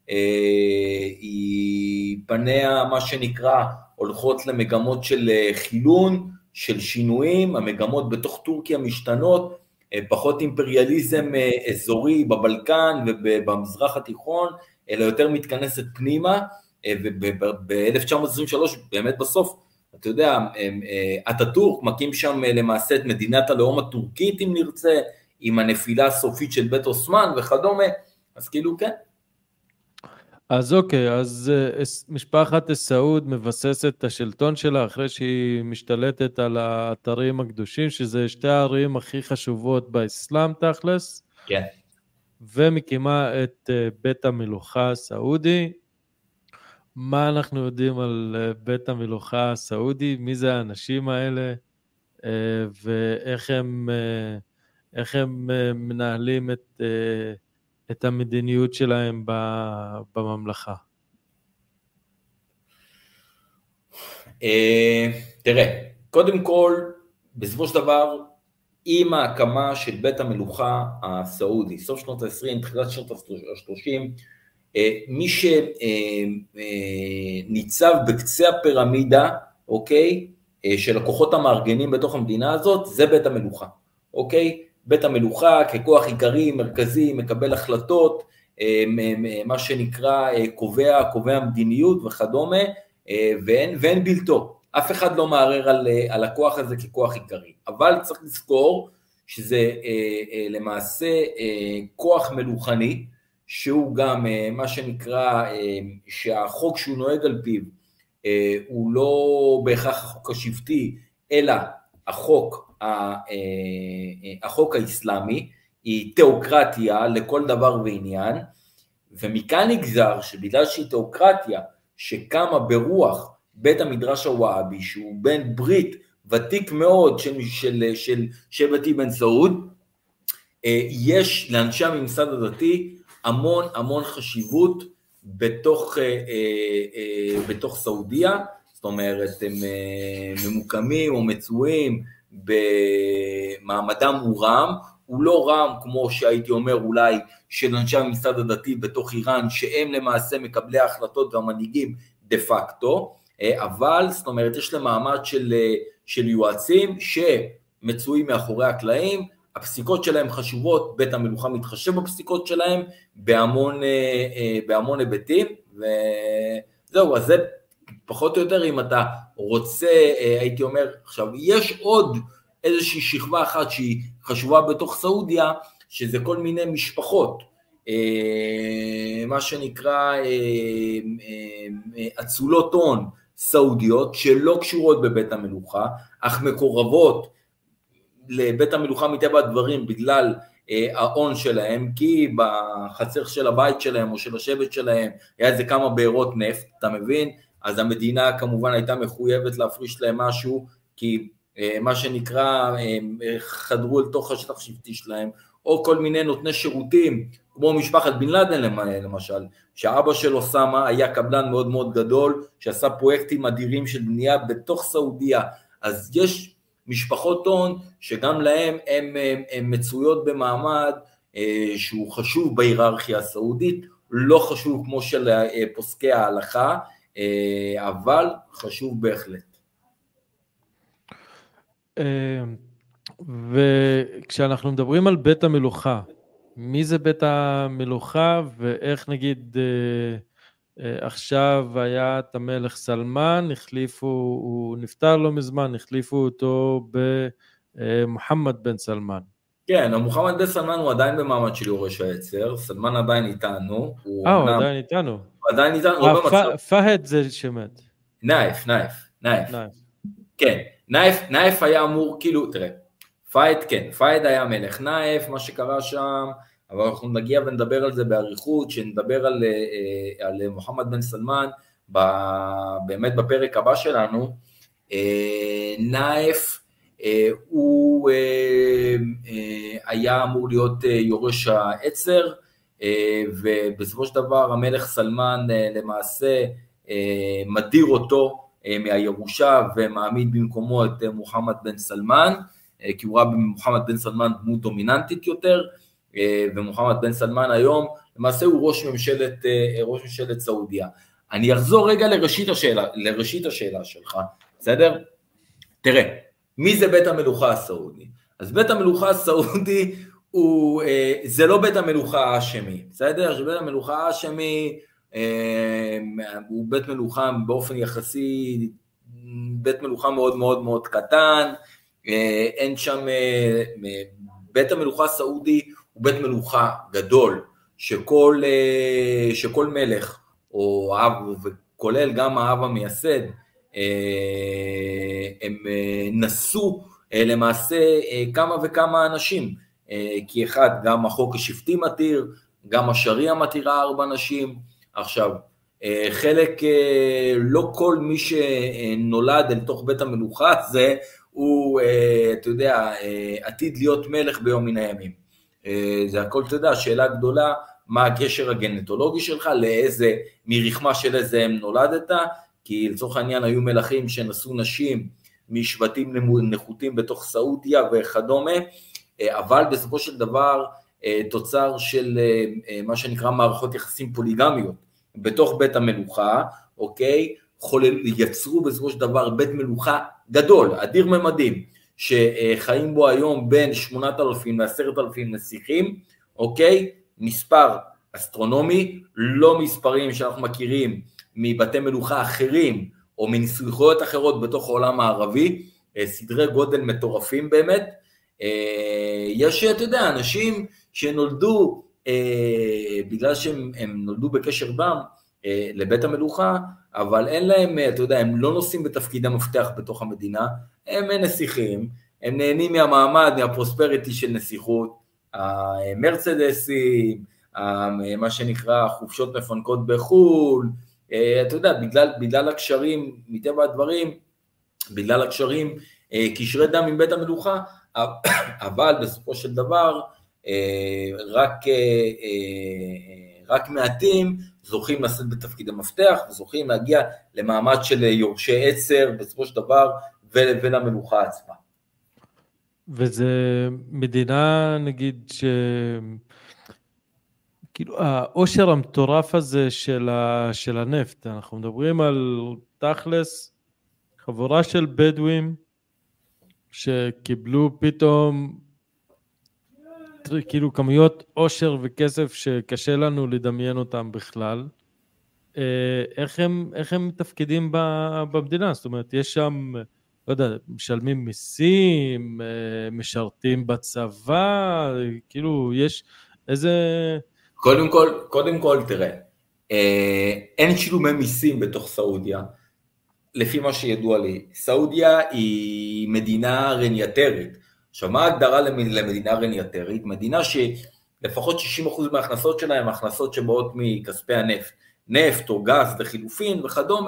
היא פניה מה שנקרא הולכות למגמות של חילון, של שינויים, המגמות בתוך טורקיה משתנות, פחות אימפריאליזם אזורי בבלקן ובמזרח התיכון, אלא יותר מתכנסת פנימה, וב-אלף תשע מאות עשרים ושלוש באמת בסוף, אתה יודע, אטאטורק מקים שם למעשה את מדינת הלאום הטורקית אם נרצה, עם הנפילה הסופית של בית עות'מאן וכדומה, אז כאילו כן. אז אוקיי, אז משפחת סעוד מבססת את השלטון שלה אחרי שהיא משתלטת על האתרים הקדושים, שזה שתי הערים הכי חשובות באסלאם תכלס, כן. ומקימה את בית המלוכה הסעודי. מה אנחנו יודעים על בית המלוכה הסעודי? מי זה האנשים האלה? ואיך הם, איך הם מנהלים את... את המדיניות שלהם בממלכה? תראה, קודם כל, בסופו של דבר, עם ההקמה של בית המלוכה הסעודי, סוף שנות ה-עשרים, תחילת שנות ה-שלושים, מי שניצב בקצה הפירמידה, אוקיי, של הכוחות המארגנים בתוך המדינה הזאת, זה בית המלוכה, אוקיי? בית המלוכה ככוח עיקרי, מרכזי, מקבל החלטות, מה שנקרא קובע, קובע מדיניות וכדומה, ואין, ואין בלתו. אף אחד לא מערער על, על הכוח הזה ככוח עיקרי. אבל צריך לזכור שזה למעשה כוח מלוכני, שהוא גם מה שנקרא, שהחוק שהוא נוהג על פיו, הוא לא בהכרח החוק השבטי, אלא החוק, החוק האסלאמי, היא תיאוקרטיה לכל דבר ועניין, ומכאן נגזר שבגלל שהיא תיאוקרטיה שקמה ברוח בית המדרש הוואבי, שהוא בן ברית ותיק מאוד של, של, של שבט אבן סעוד, יש לאנשי הממסד הדתי המון המון חשיבות בתוך, בתוך סעודיה, זאת אומרת הם ממוקמים או מצויים במעמדם מורם, הוא לא רם כמו שהייתי אומר אולי של אנשי הממסד הדתי בתוך איראן, שהם למעשה מקבלי ההחלטות והמנהיגים דה פקטו, אבל זאת אומרת יש למעמד של, של יועצים שמצויים מאחורי הקלעים, הפסיקות שלהם חשובות, בית המלוכה מתחשב בפסיקות שלהם בהמון, בהמון היבטים, וזהו, אז זה פחות או יותר אם אתה רוצה, הייתי אומר, עכשיו יש עוד איזושהי שכבה אחת שהיא חשובה בתוך סעודיה, שזה כל מיני משפחות, מה שנקרא אצולות הון סעודיות, שלא קשורות בבית המלוכה, אך מקורבות לבית המלוכה מטבע הדברים, בגלל ההון שלהם, כי בחצר של הבית שלהם או של השבט שלהם, היה איזה כמה בארות נפט, אתה מבין? אז המדינה כמובן הייתה מחויבת להפריש להם משהו, כי מה שנקרא, חדרו אל תוך השטח שבטי שלהם, או כל מיני נותני שירותים, כמו משפחת בן לאדן למשל, שהאבא של אוסמה היה קבלן מאוד מאוד גדול, שעשה פרויקטים אדירים של בנייה בתוך סעודיה, אז יש משפחות הון, שגם להם הם, הם, הם מצויות במעמד, שהוא חשוב בהיררכיה הסעודית, לא חשוב כמו של פוסקי ההלכה, אבל חשוב בהחלט. וכשאנחנו מדברים על בית המלוכה, מי זה בית המלוכה, ואיך נגיד עכשיו היה את המלך סלמן, החליפו, הוא נפטר לא מזמן, החליפו אותו במוחמד בן סלמן. כן, מוחמד בן סלמן הוא עדיין במעמד של יורש העצר, סלמן עדיין איתנו. אה, הוא עדיין איתנו. הוא עדיין איתנו, לא במצב. פהד זה שמת. נייף, נייף, נייף. כן, נייף, נייף היה אמור, כאילו, תראה, פהד, כן, פהד היה מלך נייף, מה שקרה שם, אבל אנחנו נגיע ונדבר על זה בעריכות, שנדבר על, על מוחמד בן סלמן, באמת בפרק הבא שלנו. נייף, הוא היה אמור להיות יורש העצר, ובסופו של דבר המלך סלמן למעשה מדיר אותו מהירושה ומעמיד במקומו את מוחמד בן סלמן, כי הוא ראה במוחמד בן סלמן דמות דומיננטית יותר, ומוחמד בן סלמן היום למעשה הוא ראש ממשלת, ראש ממשלת סעודיה. אני אחזור רגע לראשית השאלה, לראשית השאלה שלך, בסדר? תראה, מי זה בית המלוכה הסעודי? אז בית המלוכה הסעודי הוא, זה לא בית המלוכה האשמי, בסדר? שבית המלוכה האשמי הוא בית מלוכה באופן יחסי, בית מלוכה מאוד מאוד מאוד קטן, אין שם, בית המלוכה הסעודי הוא בית מלוכה גדול, שכל, שכל מלך, או אב, וכולל גם האב המייסד, הם נסו למעשה כמה וכמה אנשים, כי אחד, גם החוק השבטי מתיר, גם השריעה מתירה ארבע נשים. עכשיו, חלק, לא כל מי שנולד אל תוך בית המלוכה הזה, הוא, אתה יודע, עתיד להיות מלך ביום מן הימים. זה הכל, אתה יודע, שאלה גדולה, מה הקשר הגנטולוגי שלך, לאיזה, מרחמה של איזה הם נולדת, כי לצורך העניין היו מלכים שנשאו נשים משבטים נחותים בתוך סעודיה וכדומה, אבל בסופו של דבר תוצר של מה שנקרא מערכות יחסים פוליגמיות בתוך בית המלוכה, אוקיי? חולל, יצרו בסופו של דבר בית מלוכה גדול, אדיר ממדים, שחיים בו היום בין שמונת אלפים לעשרת אלפים נסיכים, אוקיי? מספר אסטרונומי, לא מספרים שאנחנו מכירים מבתי מלוכה אחרים, או מנסיכויות אחרות בתוך העולם הערבי, סדרי גודל מטורפים באמת. יש, אתה יודע, אנשים שנולדו, בגלל שהם נולדו בקשר דם לבית המלוכה, אבל אין להם, אתה יודע, הם לא נושאים בתפקיד המפתח בתוך המדינה, הם נסיכים, הם נהנים מהמעמד, מהפרוספריטי של נסיכות, המרצדסים, מה שנקרא חופשות מפנקות בחול, אתה יודע, בגלל, בגלל הקשרים, מטבע הדברים, בגלל הקשרים, קשרי דם עם בית המלוכה, אבל בסופו של דבר, רק, רק מעטים זוכים לשאת בתפקיד המפתח, וזוכים להגיע למעמד של יורשי עצר, בסופו של דבר, ולמלוכה עצמה. וזה מדינה, נגיד, ש... כאילו, העושר המטורף הזה של, ה... של הנפט, אנחנו מדברים על תכלס, חבורה של בדואים, שקיבלו פתאום, כאילו, כמויות עושר וכסף שקשה לנו לדמיין אותם בכלל. איך הם, איך הם מתפקדים במדינה? זאת אומרת, יש שם... לא יודע, משלמים מיסים, משרתים בצבא, כאילו יש איזה... קודם כל, קודם כל תראה, אין שילומי מיסים בתוך סעודיה, לפי מה שידוע לי. סעודיה היא מדינה רנייטרית. עכשיו, מה ההגדרה למדינה רנייטרית? מדינה שלפחות שישים אחוז מההכנסות שלה הם הכנסות שבאות מכספי הנפט, נפט או גז וחילופין וכדומה,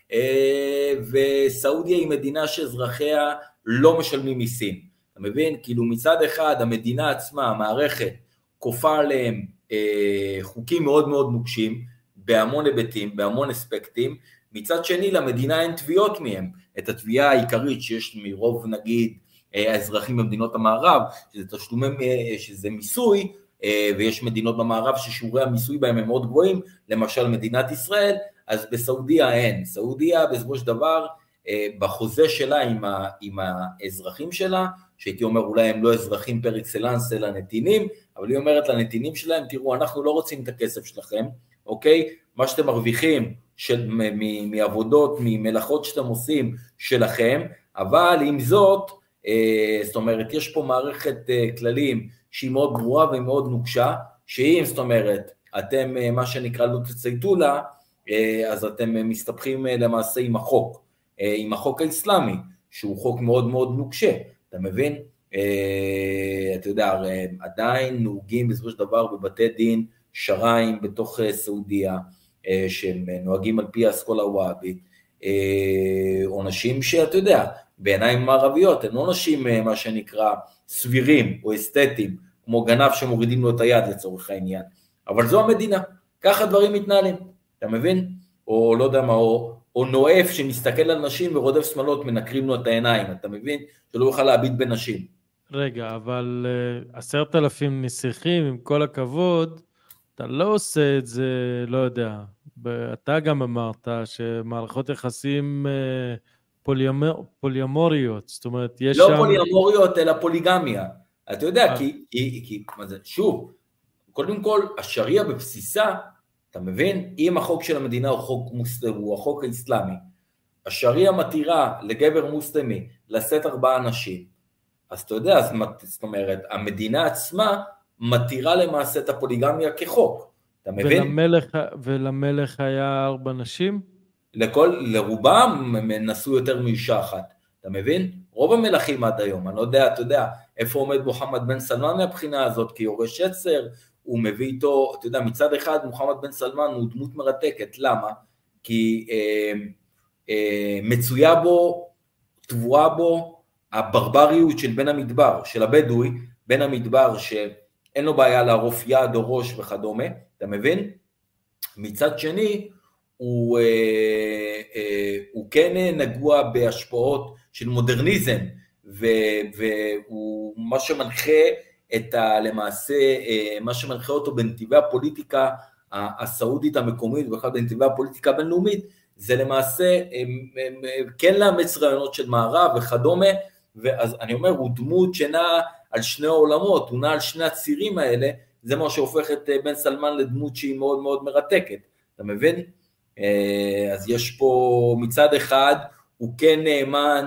וסעודיה היא מדינה שאזרחיה לא משלמים מיסים. אתה מבין? כאילו מצד אחד המדינה עצמה, המערכת, כופה עליהם חוקים מאוד מאוד נוקשים, בהמון היבטים, בהמון אספקטים, מצד שני למדינה אין תביעות מהם. את התביעה העיקרית שיש מרוב נגיד האזרחים במדינות המערב, שזה תשלומי, שזה מיסוי, ויש מדינות במערב ששיעורי המיסוי בהם הם מאוד גבוהים, למשל מדינת ישראל, אז בסעודיה אין. סעודיה בסופו של דבר, בחוזה שלה עם, ה, עם האזרחים שלה, שהייתי אומר אולי הם לא אזרחים פר אקסלנס אלא נתינים, אבל היא אומרת לנתינים שלהם, תראו, אנחנו לא רוצים את הכסף שלכם, אוקיי? מה שאתם מרוויחים של, מ- מ- מעבודות, ממלאכות שאתם עושים שלכם, אבל עם זאת, אה, זאת אומרת, יש פה מערכת אה, כללים שהיא מאוד ברורה והיא מאוד נוקשה, שאם, זאת אומרת, אתם, אה, מה שנקרא לא תצייתו לה, אה, אז אתם אה, מסתבכים אה, למעשה עם החוק, אה, עם החוק האסלאמי, שהוא חוק מאוד מאוד נוקשה, אתה מבין? אה, אתה יודע, הרי עדיין נהוגים בסופו של דבר בבתי דין שריים בתוך אה, סעודיה, אה, שהם נוהגים על פי האסכולה הוואבית, אה, עונשים שאתה יודע, בעיניים מערביות, הם לא עונשים אה, מה שנקרא סבירים או אסתטיים, כמו גנב שמורידים לו את היד לצורך העניין, אבל זו המדינה, ככה דברים מתנהלים, אתה מבין? או לא יודע מה, או, או נואף שמסתכל על נשים ורודף שמאלות מנקרים לו את העיניים, אתה מבין? שלא יוכל להביט בנשים. רגע, אבל uh, עשרת אלפים נסיכים, עם כל הכבוד, אתה לא עושה את זה, לא יודע. ב- אתה גם אמרת שמערכות יחסים uh, פוליומור, פוליומוריות, זאת אומרת, יש לא שם... פוליאמוריות, אלא פוליגמיה. אתה יודע, אה, כי, כי, כי, מה זה, שוב, קודם כל, השריעה בבסיסה, אתה מבין? אם החוק של המדינה הוא חוק מוסלמי, הוא החוק האסלאמי, השריעה מתירה לגבר מוסלמי לשאת ארבעה אנשים, אז אתה יודע, אז, זאת אומרת, המדינה עצמה מתירה למעשה את הפוליגמיה כחוק, אתה מבין? ולמלך, ולמלך היה ארבע נשים? לכל, לרובם הם נשאו יותר מאישה אחת, אתה מבין? רוב המלכים עד היום, אני לא יודע, אתה יודע, איפה עומד מוחמד בן סלמן מהבחינה הזאת, כיורש עצר, הוא מביא איתו, אתה יודע, מצד אחד מוחמד בן סלמן הוא דמות מרתקת, למה? כי אה, אה, מצויה בו, טבועה בו, הברבריות של בן המדבר, של הבדואי, בן המדבר שאין לו בעיה לערוף יד או ראש וכדומה, אתה מבין? מצד שני, הוא, אה, אה, הוא כן נגוע בהשפעות של מודרניזם, ו, והוא מה שמנחה את ה, למעשה, אה, מה שמנחה אותו בנתיבי הפוליטיקה הסעודית המקומית, ובכלל בנתיבי הפוליטיקה הבינלאומית, זה למעשה הם, הם, הם, כן לאמץ רעיונות של מערב וכדומה, ואז אני אומר, הוא דמות שנע על שני העולמות, הוא נע על שני הצירים האלה, זה מה שהופך את בן סלמן לדמות שהיא מאוד מאוד מרתקת, אתה מבין? אז יש פה מצד אחד, הוא כן נאמן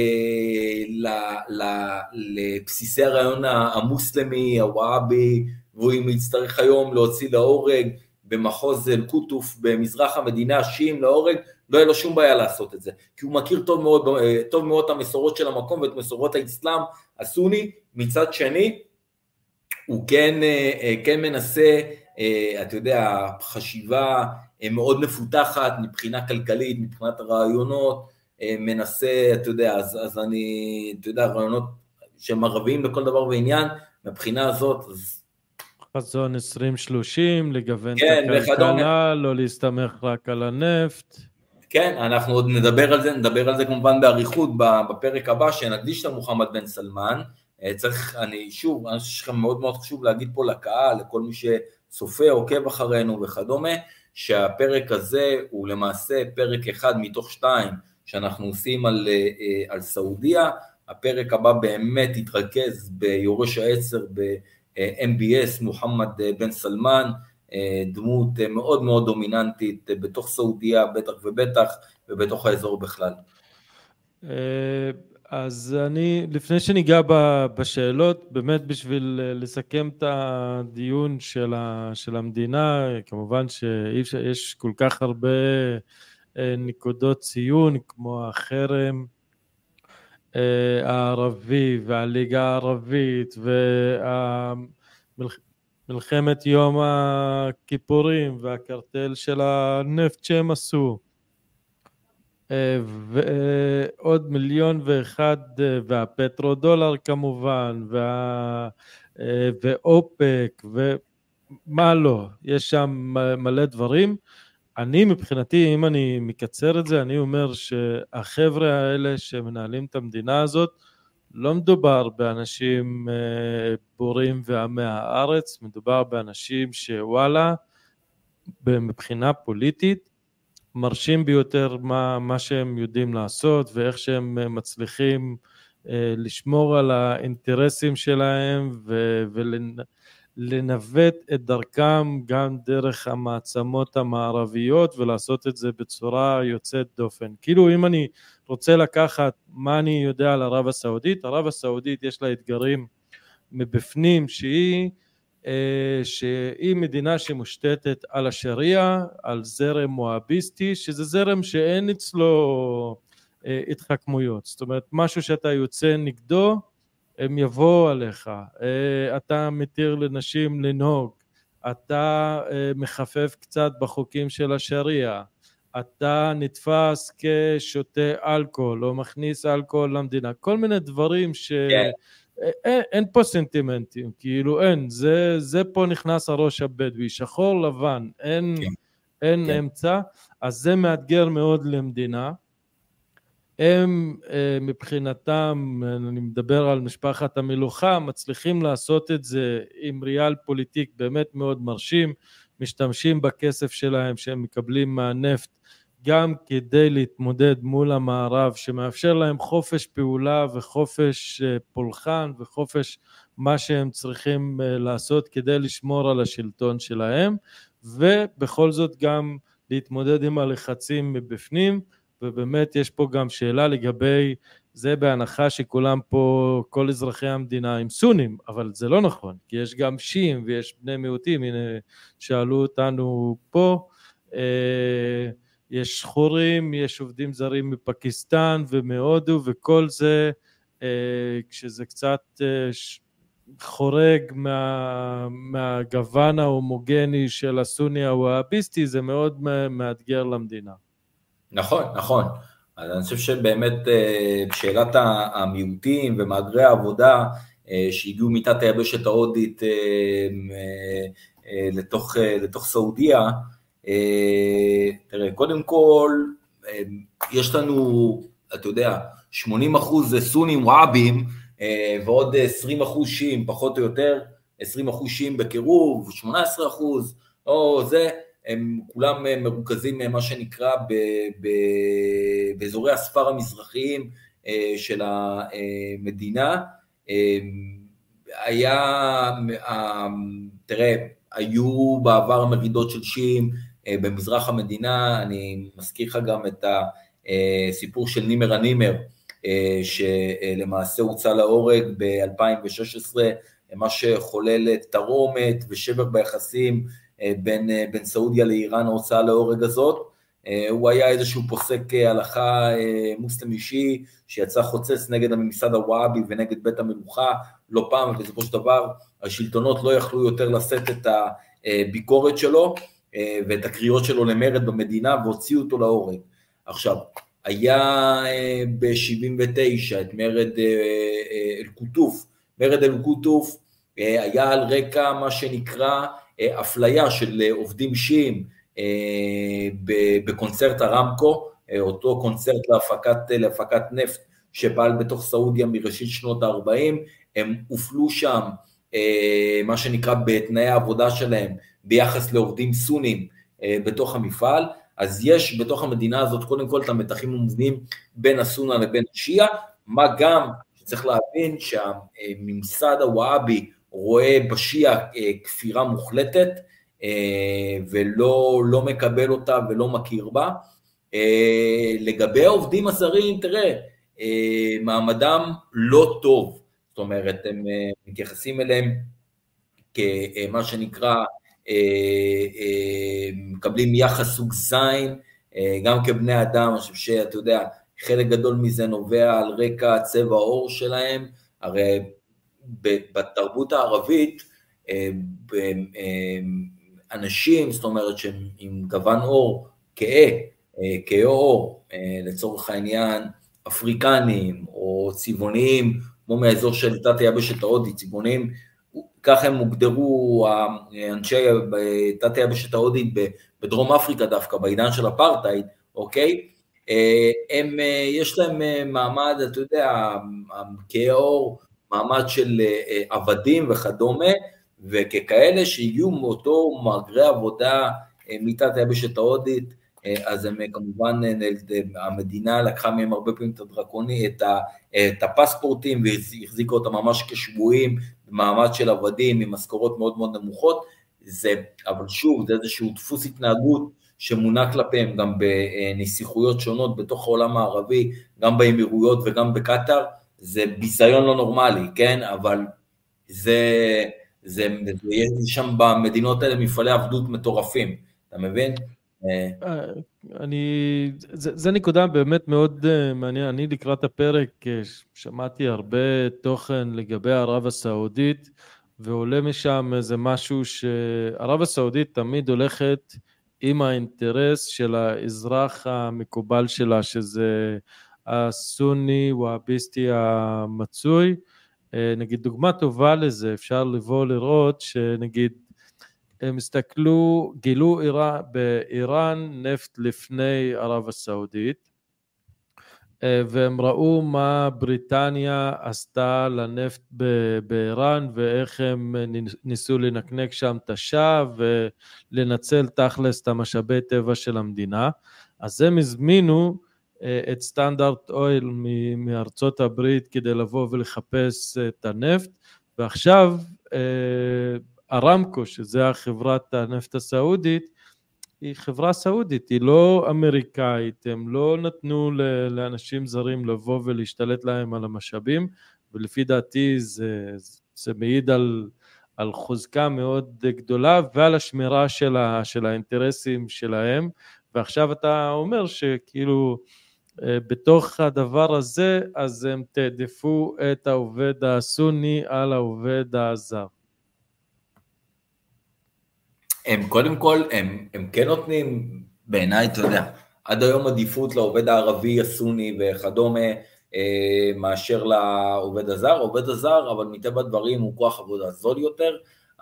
לבסיסי הרעיון המוסלמי, הוואבי, והוא אם יצטרך היום להוציא להורג במחוז אל-קוטוף במזרח המדינה השיעים להורג, לא יהיה לו שום בעיה לעשות את זה, כי הוא מכיר טוב מאוד, טוב מאוד את המסורות של המקום ואת מסורות האסלאם הסוני. מצד שני, הוא כן, כן מנסה, אתה יודע, חשיבה מאוד מפותחת מבחינה כלכלית, מבחינת הרעיונות, מנסה, אתה יודע, אז, אז אני, אתה יודע, רעיונות שמרבים לכל דבר ועניין, מבחינה הזאת, אז... חזון עשרים שלושים, לגוון כן, את הכלכלה, וכדומה. לא להסתמך רק על הנפט. כן, אנחנו עוד נדבר על זה, נדבר על זה כמובן באריכות בפרק הבא, שנקדיש למוחמד בן סלמן. צריך, אני שוב, אני חושב שכם מאוד מאוד חשוב להגיד פה לקהל, לכל מי שצופה, עוקב אחרינו וכדומה, שהפרק הזה הוא למעשה פרק אחד מתוך שתיים, שאנחנו עושים על, על סעודיה. הפרק הבא באמת יתרכז ביורש העצר ב-אם בי אס, מוחמד בן סלמן, דמות מאוד מאוד דומיננטית בתוך סעודיה, בטח ובטח, ובתוך האזור בכלל. אז אני, לפני שניגע בשאלות, באמת בשביל לסכם את הדיון של, ה, של המדינה, כמובן שיש כל כך הרבה נקודות ציון, כמו החרם הערבי והליגה הערבית ומלחמת יום הכיפורים והקרטל של הנפט שהם עשו, ועוד מיליון ואחד, והפטרודולר כמובן, וה, ואופק, ומה לא, יש שם מלא דברים. אני מבחינתי, אם אני מקצר את זה, אני אומר שהחבר'ה האלה שמנהלים את המדינה הזאת, לא מדובר באנשים בורים ועמי הארץ, מדובר באנשים שוואלה, מבחינה פוליטית, מרשים ביותר מה, מה שהם יודעים לעשות, ואיך שהם מצליחים לשמור על האינטרסים שלהם ולנווט את דרכם גם דרך המעצמות המערביות ולעשות את זה בצורה יוצאת דופן. כאילו אם אני רוצה לקחת מה אני יודע על ערב הסעודית, ערב הסעודית יש לה אתגרים מבפנים שהיא, שהיא מדינה שמושתתת על השריעה, על זרם מואביסטי, שזה זרם שאין אצלו התחכמויות, זאת אומרת משהו שאתה יוצא נגדו הם יבואו עליך, אתה מתיר לנשים לנהוג, אתה מחפף קצת בחוקים של השריעה, אתה נתפס כשותה אלכוהול או מכניס אלכוהול למדינה, כל מיני דברים ש... אין, אין פה סנטימנטים, כאילו אין, זה, זה פה נכנס הראש הבדואי, שחור לבן, אין, כן. אין כן. אמצע, אז זה מאתגר מאוד למדינה. הם מבחינתם, אני מדבר על משפחת המלוכה, מצליחים לעשות את זה עם ריאל פוליטיק באמת מאוד מרשים, משתמשים בכסף שלהם שהם מקבלים מהנפט, גם כדי להתמודד מול המערב שמאפשר להם חופש פעולה וחופש פולחן וחופש מה שהם צריכים לעשות כדי לשמור על השלטון שלהם, ובכל זאת גם להתמודד עם הלחצים מבפנים. ובאמת יש פה גם שאלה לגבי זה, בהנחה שכולם פה, כל אזרחי המדינה הם סונים, אבל זה לא נכון, כי יש גם שיעים ויש בני מיעוטים, הנה שאלו אותנו פה, יש שחורים, יש עובדים זרים מפקיסטן ומהודו, וכל זה, כשזה קצת חורג מה, מהגוון ההומוגני של הסוני הוואביסטי, זה מאוד מאתגר למדינה. נכון, נכון. אז אני חושב שבאמת שאלת המיעוטים ומהגרי העבודה שהגיעו מתת היבשת ההודית לתוך, לתוך סעודיה, תראה, קודם כל, יש לנו, אתה יודע, שמונים אחוז סונים וואבים, ועוד עשרים אחוז שיעים, פחות או יותר, עשרים אחוז שיעים בקירוב, שמונה עשרה אחוז, או זה, הם כולם מרוכזים מה שנקרא ב, ב, באזורי הספר המזרחיים של המדינה. היה, תראה, היו בעבר מרידות של שיעים במזרח המדינה, אני מזכיר לך גם את הסיפור של נימר הנימר, שלמעשה הוצא להורג ב-אלפיים ושש עשרה, מה שחולל תרומת ושבר ביחסים בין, בין סעודיה לאיראן, ההוצאה להורג הזאת. הוא היה איזשהו פוסק הלכה מוסלמי שיעי, שיצא חוצץ נגד הממסד הוואבי ונגד בית המלוכה, לא פעם, ובסופו של דבר השלטונות לא יכלו יותר לשאת את הביקורת שלו, ואת הקריאות שלו למרד במדינה, והוציאו אותו להורג. עכשיו, היה ב-שבעים ותשע את מרד אל-קוטוף, מרד אל-קוטוף היה על רקע מה שנקרא אפליה של עובדים שיעים בקונצרט הרמקו, אותו קונצרט להפקת, להפקת נפט שפעל בתוך סעודיה מראשית שנות ה-ארבעים, הם הופלו שם מה שנקרא בתנאי העבודה שלהם ביחס לעובדים סונים בתוך המפעל. אז יש בתוך המדינה הזאת קודם כל את המתחים המובנים בין הסונה לבין השיעה, מה גם שצריך להבין שהממסד הוואבי רואה בשיעה כפירה מוחלטת, ולא לא מקבל אותה ולא מכיר בה. לגבי העובדים הזרים, תראה, מעמדם לא טוב, זאת אומרת, הם מתייחסים אליהם כמה שנקרא, מקבלים יחס סוג זין, גם כבני אדם. אני חושב שאתה יודע, חלק גדול מזה נובע על רקע צבע העור שלהם, הרי בתרבות הערבית, אנשים, זאת אומרת שהם עם גוון עור כהה, כהה עור, לצורך העניין אפריקנים או צבעוניים, כמו מהאזור של תת היבשת ההודית, צבעוניים, כך הם הוגדרו אנשי תת היבשת ההודית בדרום אפריקה דווקא, בעידן של אפרטהייד, אוקיי? הם, יש להם מעמד, אתה יודע, כהה עור, מעמד של עבדים וכדומה, וככאלה שהגיעו מאותו מאגרי עבודה מתת היבשת ההודית, אז הם כמובן, המדינה לקחה מהם הרבה פעמים את הדרקוני, את, ה, את הפספורטים, והחזיקה אותם ממש כשבועים, במעמד של עבדים, עם משכורות מאוד מאוד נמוכות, זה, אבל שוב, זה איזשהו דפוס התנהגות, שמונה כלפיהם גם בנסיכויות שונות, בתוך העולם הערבי, גם באמירויות וגם בקטר, זה ביזיון לא נורמלי, כן? אבל זה, זה, זה, יש שם במדינות האלה מפעלי עבדות מטורפים, אתה מבין? אני, זה, זה נקודה באמת מאוד מעניין. אני לקראת הפרק שמעתי הרבה תוכן לגבי ערב הסעודית, ועולה משם איזה משהו שערב הסעודית תמיד הולכת עם האינטרס של האזרח המקובל שלה, שזה הסוני והביסטי המצוי. נגיד דוגמה טובה לזה, אפשר לבוא לראות שנגיד הם הסתכלו, גילו איראן, באיראן נפט לפני ערב הסעודית, והם ראו מה בריטניה עשתה לנפט באיראן, ואיך הם ניסו לנקנק שם תשע, ולנצל תכלס את המשאבי טבע של המדינה. אז הם הזמינו את סטנדרט אויל מארצות הברית, כדי לבוא ולחפש את הנפט, ועכשיו ארמקו, שזה החברת הנפט הסעודית, היא חברה סעודית, היא לא אמריקאית, הם לא נתנו לאנשים זרים לבוא ולהשתלט להם על המשאבים, ולפי דעתי זה, זה מעיד על, על חוזקה מאוד גדולה, ועל השמירה של, ה, של האינטרסים שלהם, ועכשיו אתה אומר שכאילו בתוך הדבר הזה, אז הם תעדפו את העובד הסוני על העובד הזר. הם קודם כל, הם, הם כן נותנים, בעיניי, אתה יודע, עד היום עדיפות לעובד הערבי, הסוני וכדומה, אה, מאשר לעובד הזר. העובד הזר, אבל מטבע הדברים הוא כוח עבודה זול יותר,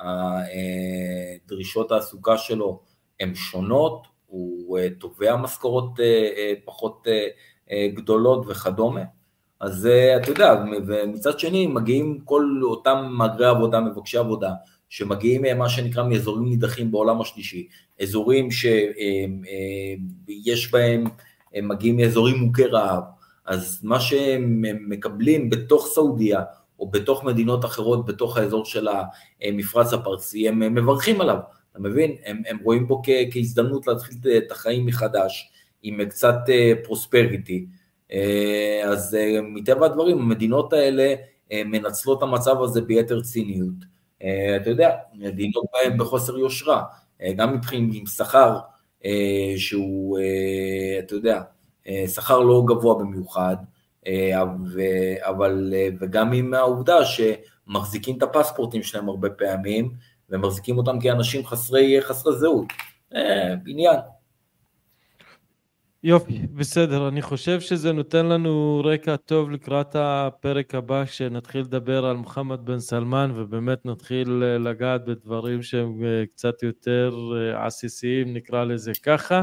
הדרישות העסוקה שלו הן שונות, הוא תובע משכורות אה, אה, פחות אה, אה, גדולות וכדומה. אז אה, אתה יודע, ומצד שני מגיעים כל אותם מאגרי עבודה, מבקשי עבודה, שמגיעים מה שנקרא מאזורים נידחים בעולם השלישי, אזורים שיש בהם, הם מגיעים מאזורים מוכי רעב, אז מה שהם מקבלים בתוך סעודיה, או בתוך מדינות אחרות, בתוך האזור של המפרץ הפרסי, הם מברכים עליו, אתה מבין? הם, הם רואים בו כ, כהזדמנות להתחיל את החיים מחדש, עם קצת פרוספריטי, אז מטבע הדברים, המדינות האלה מנצלות את המצב הזה ביתר ציניות, אתה יודע, מדינות בהם בחוסר יושרה, גם מבחינת עם שכר שהוא, אתה יודע, שכר לא גבוה במיוחד, אבל, וגם עם העובדה שמחזיקים את הפספורטים שלהם הרבה פעמים, ומחזיקים אותם כאנשים חסרי, חסרי זהות, בעניין. יופי, בסדר, אני חושב שזה נותן לנו רקע טוב לקראת הפרק הבא, שנתחיל לדבר על מוחמד בן סלמן, ובאמת נתחיל לגעת בדברים שהם קצת יותר עסיסיים, נקרא לזה ככה.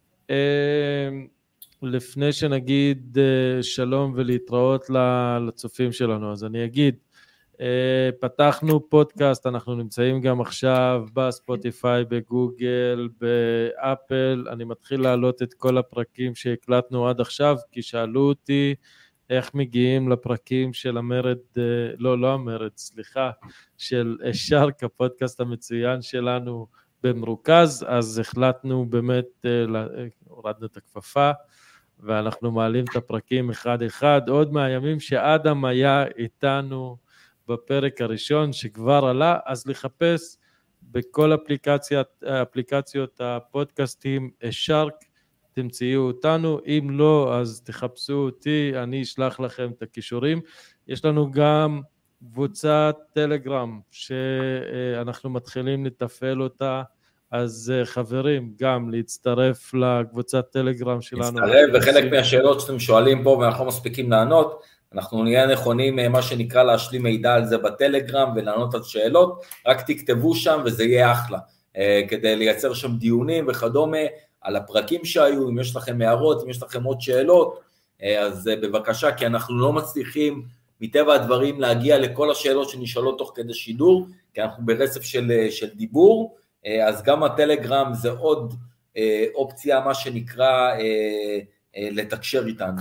לפני שנגיד שלום ולהתראות לצופים שלנו, אז אני אגיד, פתחנו פודקאסט, אנחנו נמצאים גם עכשיו בספוטיפיי, בגוגל, באפל, אני מתחיל להעלות את כל הפרקים שהקלטנו עד עכשיו, כי שאלו אותי איך מגיעים לפרקים של המרד, לא, לא המרד, סליחה, של שרק, הפודקאסט המצוין שלנו במרוכז, אז החלטנו באמת, הורדנו את הכפפה, ואנחנו מעלים את הפרקים אחד אחד, עוד מהימים שאדם היה איתנו, בפרק הראשון שכבר עלה, אז לחפש בכל אפליקציות, אפליקציות הפודקאסטים שרק, תמצאו אותנו, אם לא אז תחפשו אותי, אני אשלח לכם את הכישורים. יש לנו גם קבוצת טלגרם שאנחנו מתחילים לתפעל אותה, אז חברים, גם להצטרף לקבוצת טלגרם שלנו. להצטרף, וחלק מהשאלות שאתם שואלים פה ואנחנו מספיקים לענות, אנחנו נהיה נכונים מה שנקרא להשלים מידע על זה בטלגרם ולענות על שאלות, רק תכתבו שם וזה יהיה אחלה, כדי לייצר שם דיונים וכדומה על הפרקים שהיו, אם יש לכם הערות, אם יש לכם עוד שאלות, אז בבקשה, כי אנחנו לא מצליחים מטבע הדברים להגיע לכל השאלות שנשאלות תוך כדי שידור, כי אנחנו ברצף של, של דיבור, אז גם הטלגרם זה עוד אופציה, מה שנקרא, לתקשר איתנו.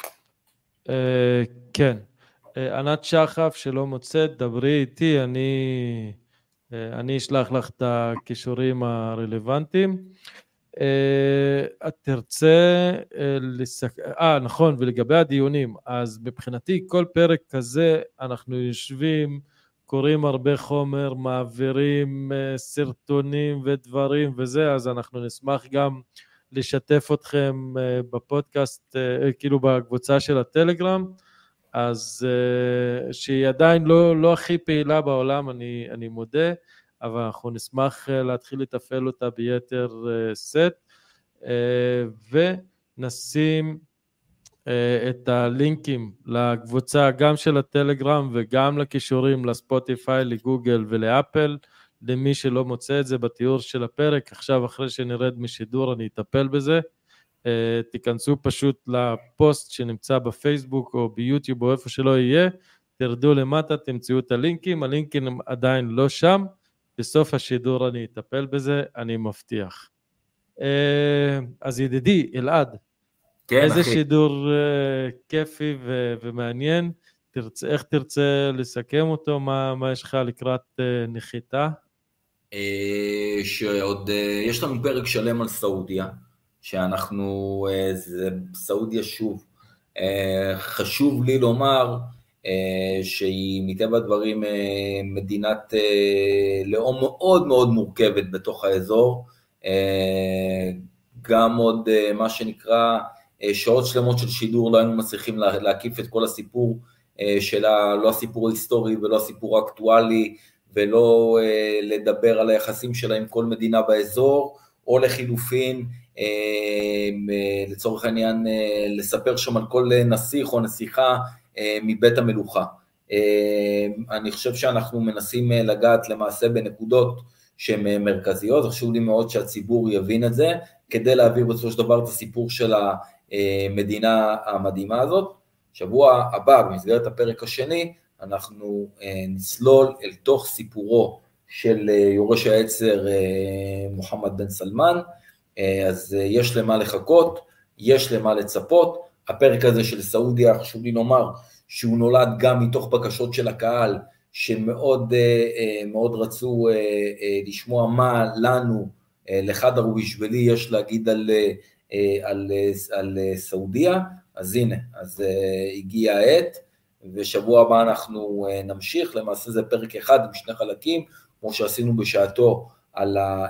כן. ענת שחף שלא מוצאת, דברי איתי, אני, אני אשלח לך את הכישורים הרלוונטיים. את תרצה לסק... אה, נכון, ולגבי הדיונים, אז מבחינתי כל פרק כזה אנחנו יושבים, קוראים הרבה חומר, מעבירים סרטונים ודברים וזה, אז אנחנו נשמח גם לשתף אתכם בפודקאסט, כאילו בקבוצה של הטלגרם, אז שהיא עדיין לא, לא הכי פעילה בעולם, אני, אני מודה, אבל אנחנו נשמח להתחיל לתפעל אותה ביתר סט, ונשים את הלינקים לקבוצה גם של הטלגרם וגם לקישורים לספוטיפיי, לגוגל ולאפל, למי שלא מוצא את זה בתיאור של הפרק. עכשיו אחרי שנרד משידור אני אטפל בזה, תיכנסו פשוט לפוסט שנמצא בפייסבוק או ביוטיוב או איפה שלא יהיה, תרדו למטה, תמצאו את הלינקים, הלינקים עדיין לא שם, בסוף השידור אני אטפל בזה, אני מבטיח. אז ידידי, אלעד, כן, איזה אחי. שידור כיפי ו- ומעניין, תרצה, איך תרצה לסכם אותו, מה, מה יש לך לקראת נחיתה? שעוד יש לנו פרק שלם על סעודיה, שאנחנו, זה סעודיה שוב, חשוב לי לומר שהיא מטבע הדברים מדינת לאום מאוד מאוד מורכבת בתוך האזור, גם עוד מה שנקרא שעות שלמות של שידור לא היינו מצליחים להקיף את כל הסיפור שלה, לא הסיפור ההיסטורי ולא הסיפור האקטואלי, ולא uh, לדבר על היחסים שלה עם כל מדינה באזור, או לחילופין, uh, uh, לצורך העניין, uh, לספר שם על כל נסיך או נסיכה uh, מבית המלוכה. Uh, אני חושב שאנחנו מנסים uh, לגעת למעשה בנקודות שהן uh, מרכזיות, חשוב לי מאוד שהציבור יבין את זה, כדי להעביר בסופו של דבר את הסיפור של המדינה המדהימה הזאת. שבוע הבא, במסגרת הפרק השני, אנחנו נסלול אל תוך סיפורו של יורש העצר מוחמד בן סלמן, אז יש למה לחכות, יש למה לצפות. הפרק הזה של סעודיה, חשוב לי לומר, שהוא נולד גם מתוך בקשות של הקהל, שמאוד מאוד רצו לשמוע מה לנו, לחדר ובשבילי יש להגיד על, על, על סעודיה, אז הנה, אז הגיע העת, ושבוע הבא אנחנו נמשיך, למעשה זה פרק אחד עם שני חלקים, כמו שעשינו בשעתו על, ה,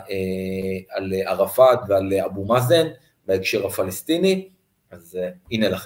על ערפאת ועל אבו מאזן, בהקשר הפלסטיני, אז הנה לכם.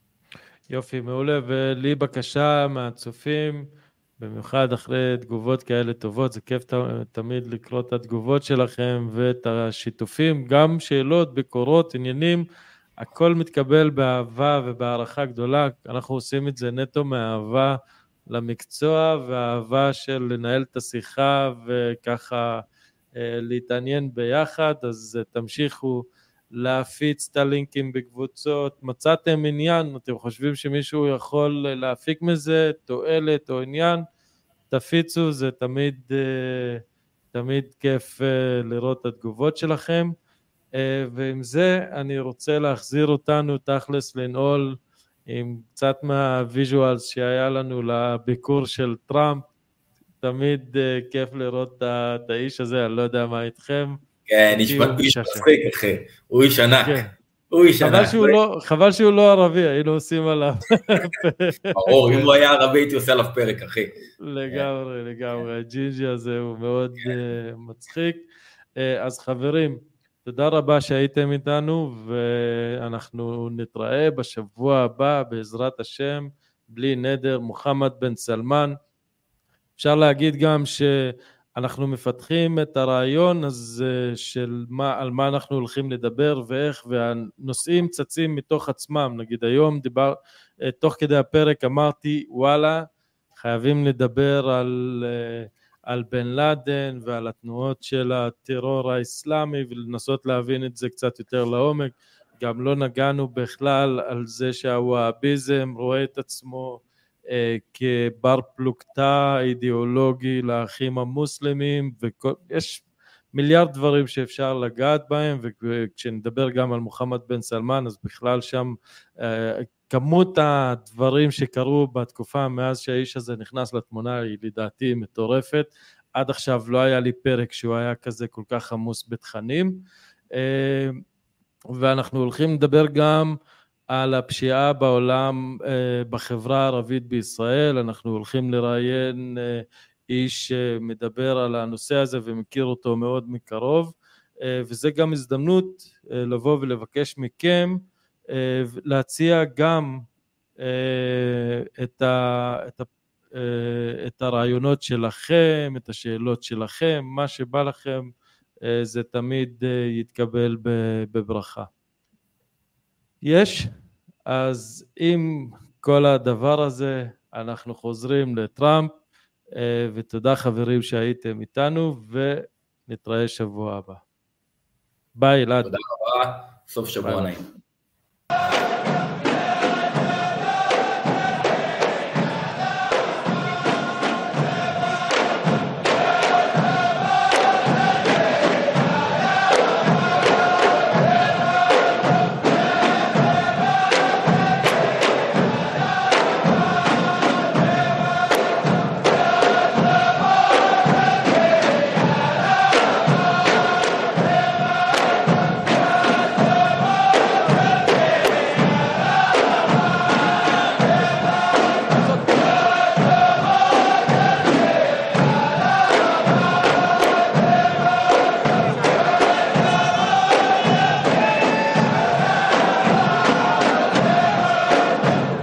יופי, מעולה, ולי בקשה מהצופים, במיוחד אחרי תגובות כאלה טובות, זה כיף תמיד לקרוא את התגובות שלכם ואת השיתופים, גם שאלות, ביקורות, עניינים, הכל מתקבל באהבה ובהערכה גדולה, אנחנו עושים את זה נטו מאהבה למקצוע, והאהבה של לנהל את השיחה וככה אה, להתעניין ביחד, אז אה, תמשיכו להפיץ את הלינקים בקבוצות, מצאתם עניין, אתם חושבים שמישהו יכול להפיק מזה, תועלת או עניין, תפיצו, זה תמיד, אה, תמיד כיף אה, לראות את התגובות שלכם, ועם זה אני רוצה להחזיר אותנו תכלס לנעול עם קצת מהוויז'ואלס שהיה לנו לביקור של טראמפ, תמיד כיף לראות את האיש הזה, אני לא יודע מה איתכם. כן, איש מצחיק אחי, הוא איש ענק, הוא איש ענק. חבל שהוא לא ערבי, היינו עושים עליו. ברור, אם הוא היה ערבי הייתי עושה עליו פרק אחי. לגמרי, לגמרי, הג'ינג'י הזה הוא מאוד מצחיק. אז חברים, תודה רבה שהייתם איתנו, ואנחנו נתראה בשבוע הבא בעזרת השם, בלי נדר, מוחמד בן סלמן. אפשר להגיד גם שאנחנו מפתחים את הרעיון הזה של מה, על מה אנחנו הולכים לדבר ואיך, והנושאים צצים מתוך עצמם. נגיד היום דיבר, תוך כדי הפרק אמרתי, וואלה, חייבים לדבר על... על בן לאדן ועל התנועות של הטרור האסלאמי, ולנסות להבין את זה קצת יותר לעומק. גם לא נגענו בכלל על זה שהוואביזם רואה את עצמו אה, כבר פלוגתא אידיאולוגי לאחים המוסלמים, ויש מיליארד דברים שאפשר לגעת בהם, וכשנדבר גם על מוחמד בן סלמן, אז בכלל שם כמות הדברים שקרו בתקופה מאז שהאיש הזה נכנס לתמונה היא לדעתי מטורפת. עד עכשיו לא היה לי פרק שהוא היה כזה כל כך עמוס בתכנים, ואנחנו הולכים לדבר גם על הפשיעה בעולם, בחברה הערבית בישראל. אנחנו הולכים לראיין איש שמדבר על הנושא הזה ומכיר אותו מאוד מקרוב, וזה גם הזדמנות לבוא ולבקש מכם להציע גם את ה, את ה, את הרעיונות שלכם, את השאלות שלכם, מה שבא לכם, זה תמיד יתקבל בברכה. יש? אז עם כל הדבר הזה אנחנו חוזרים לטראמפ, ותודה חברים שהייתם איתנו, ונתראה שבוע הבא. ביי, אלעד. תודה רבה, סוף שבוע נעים.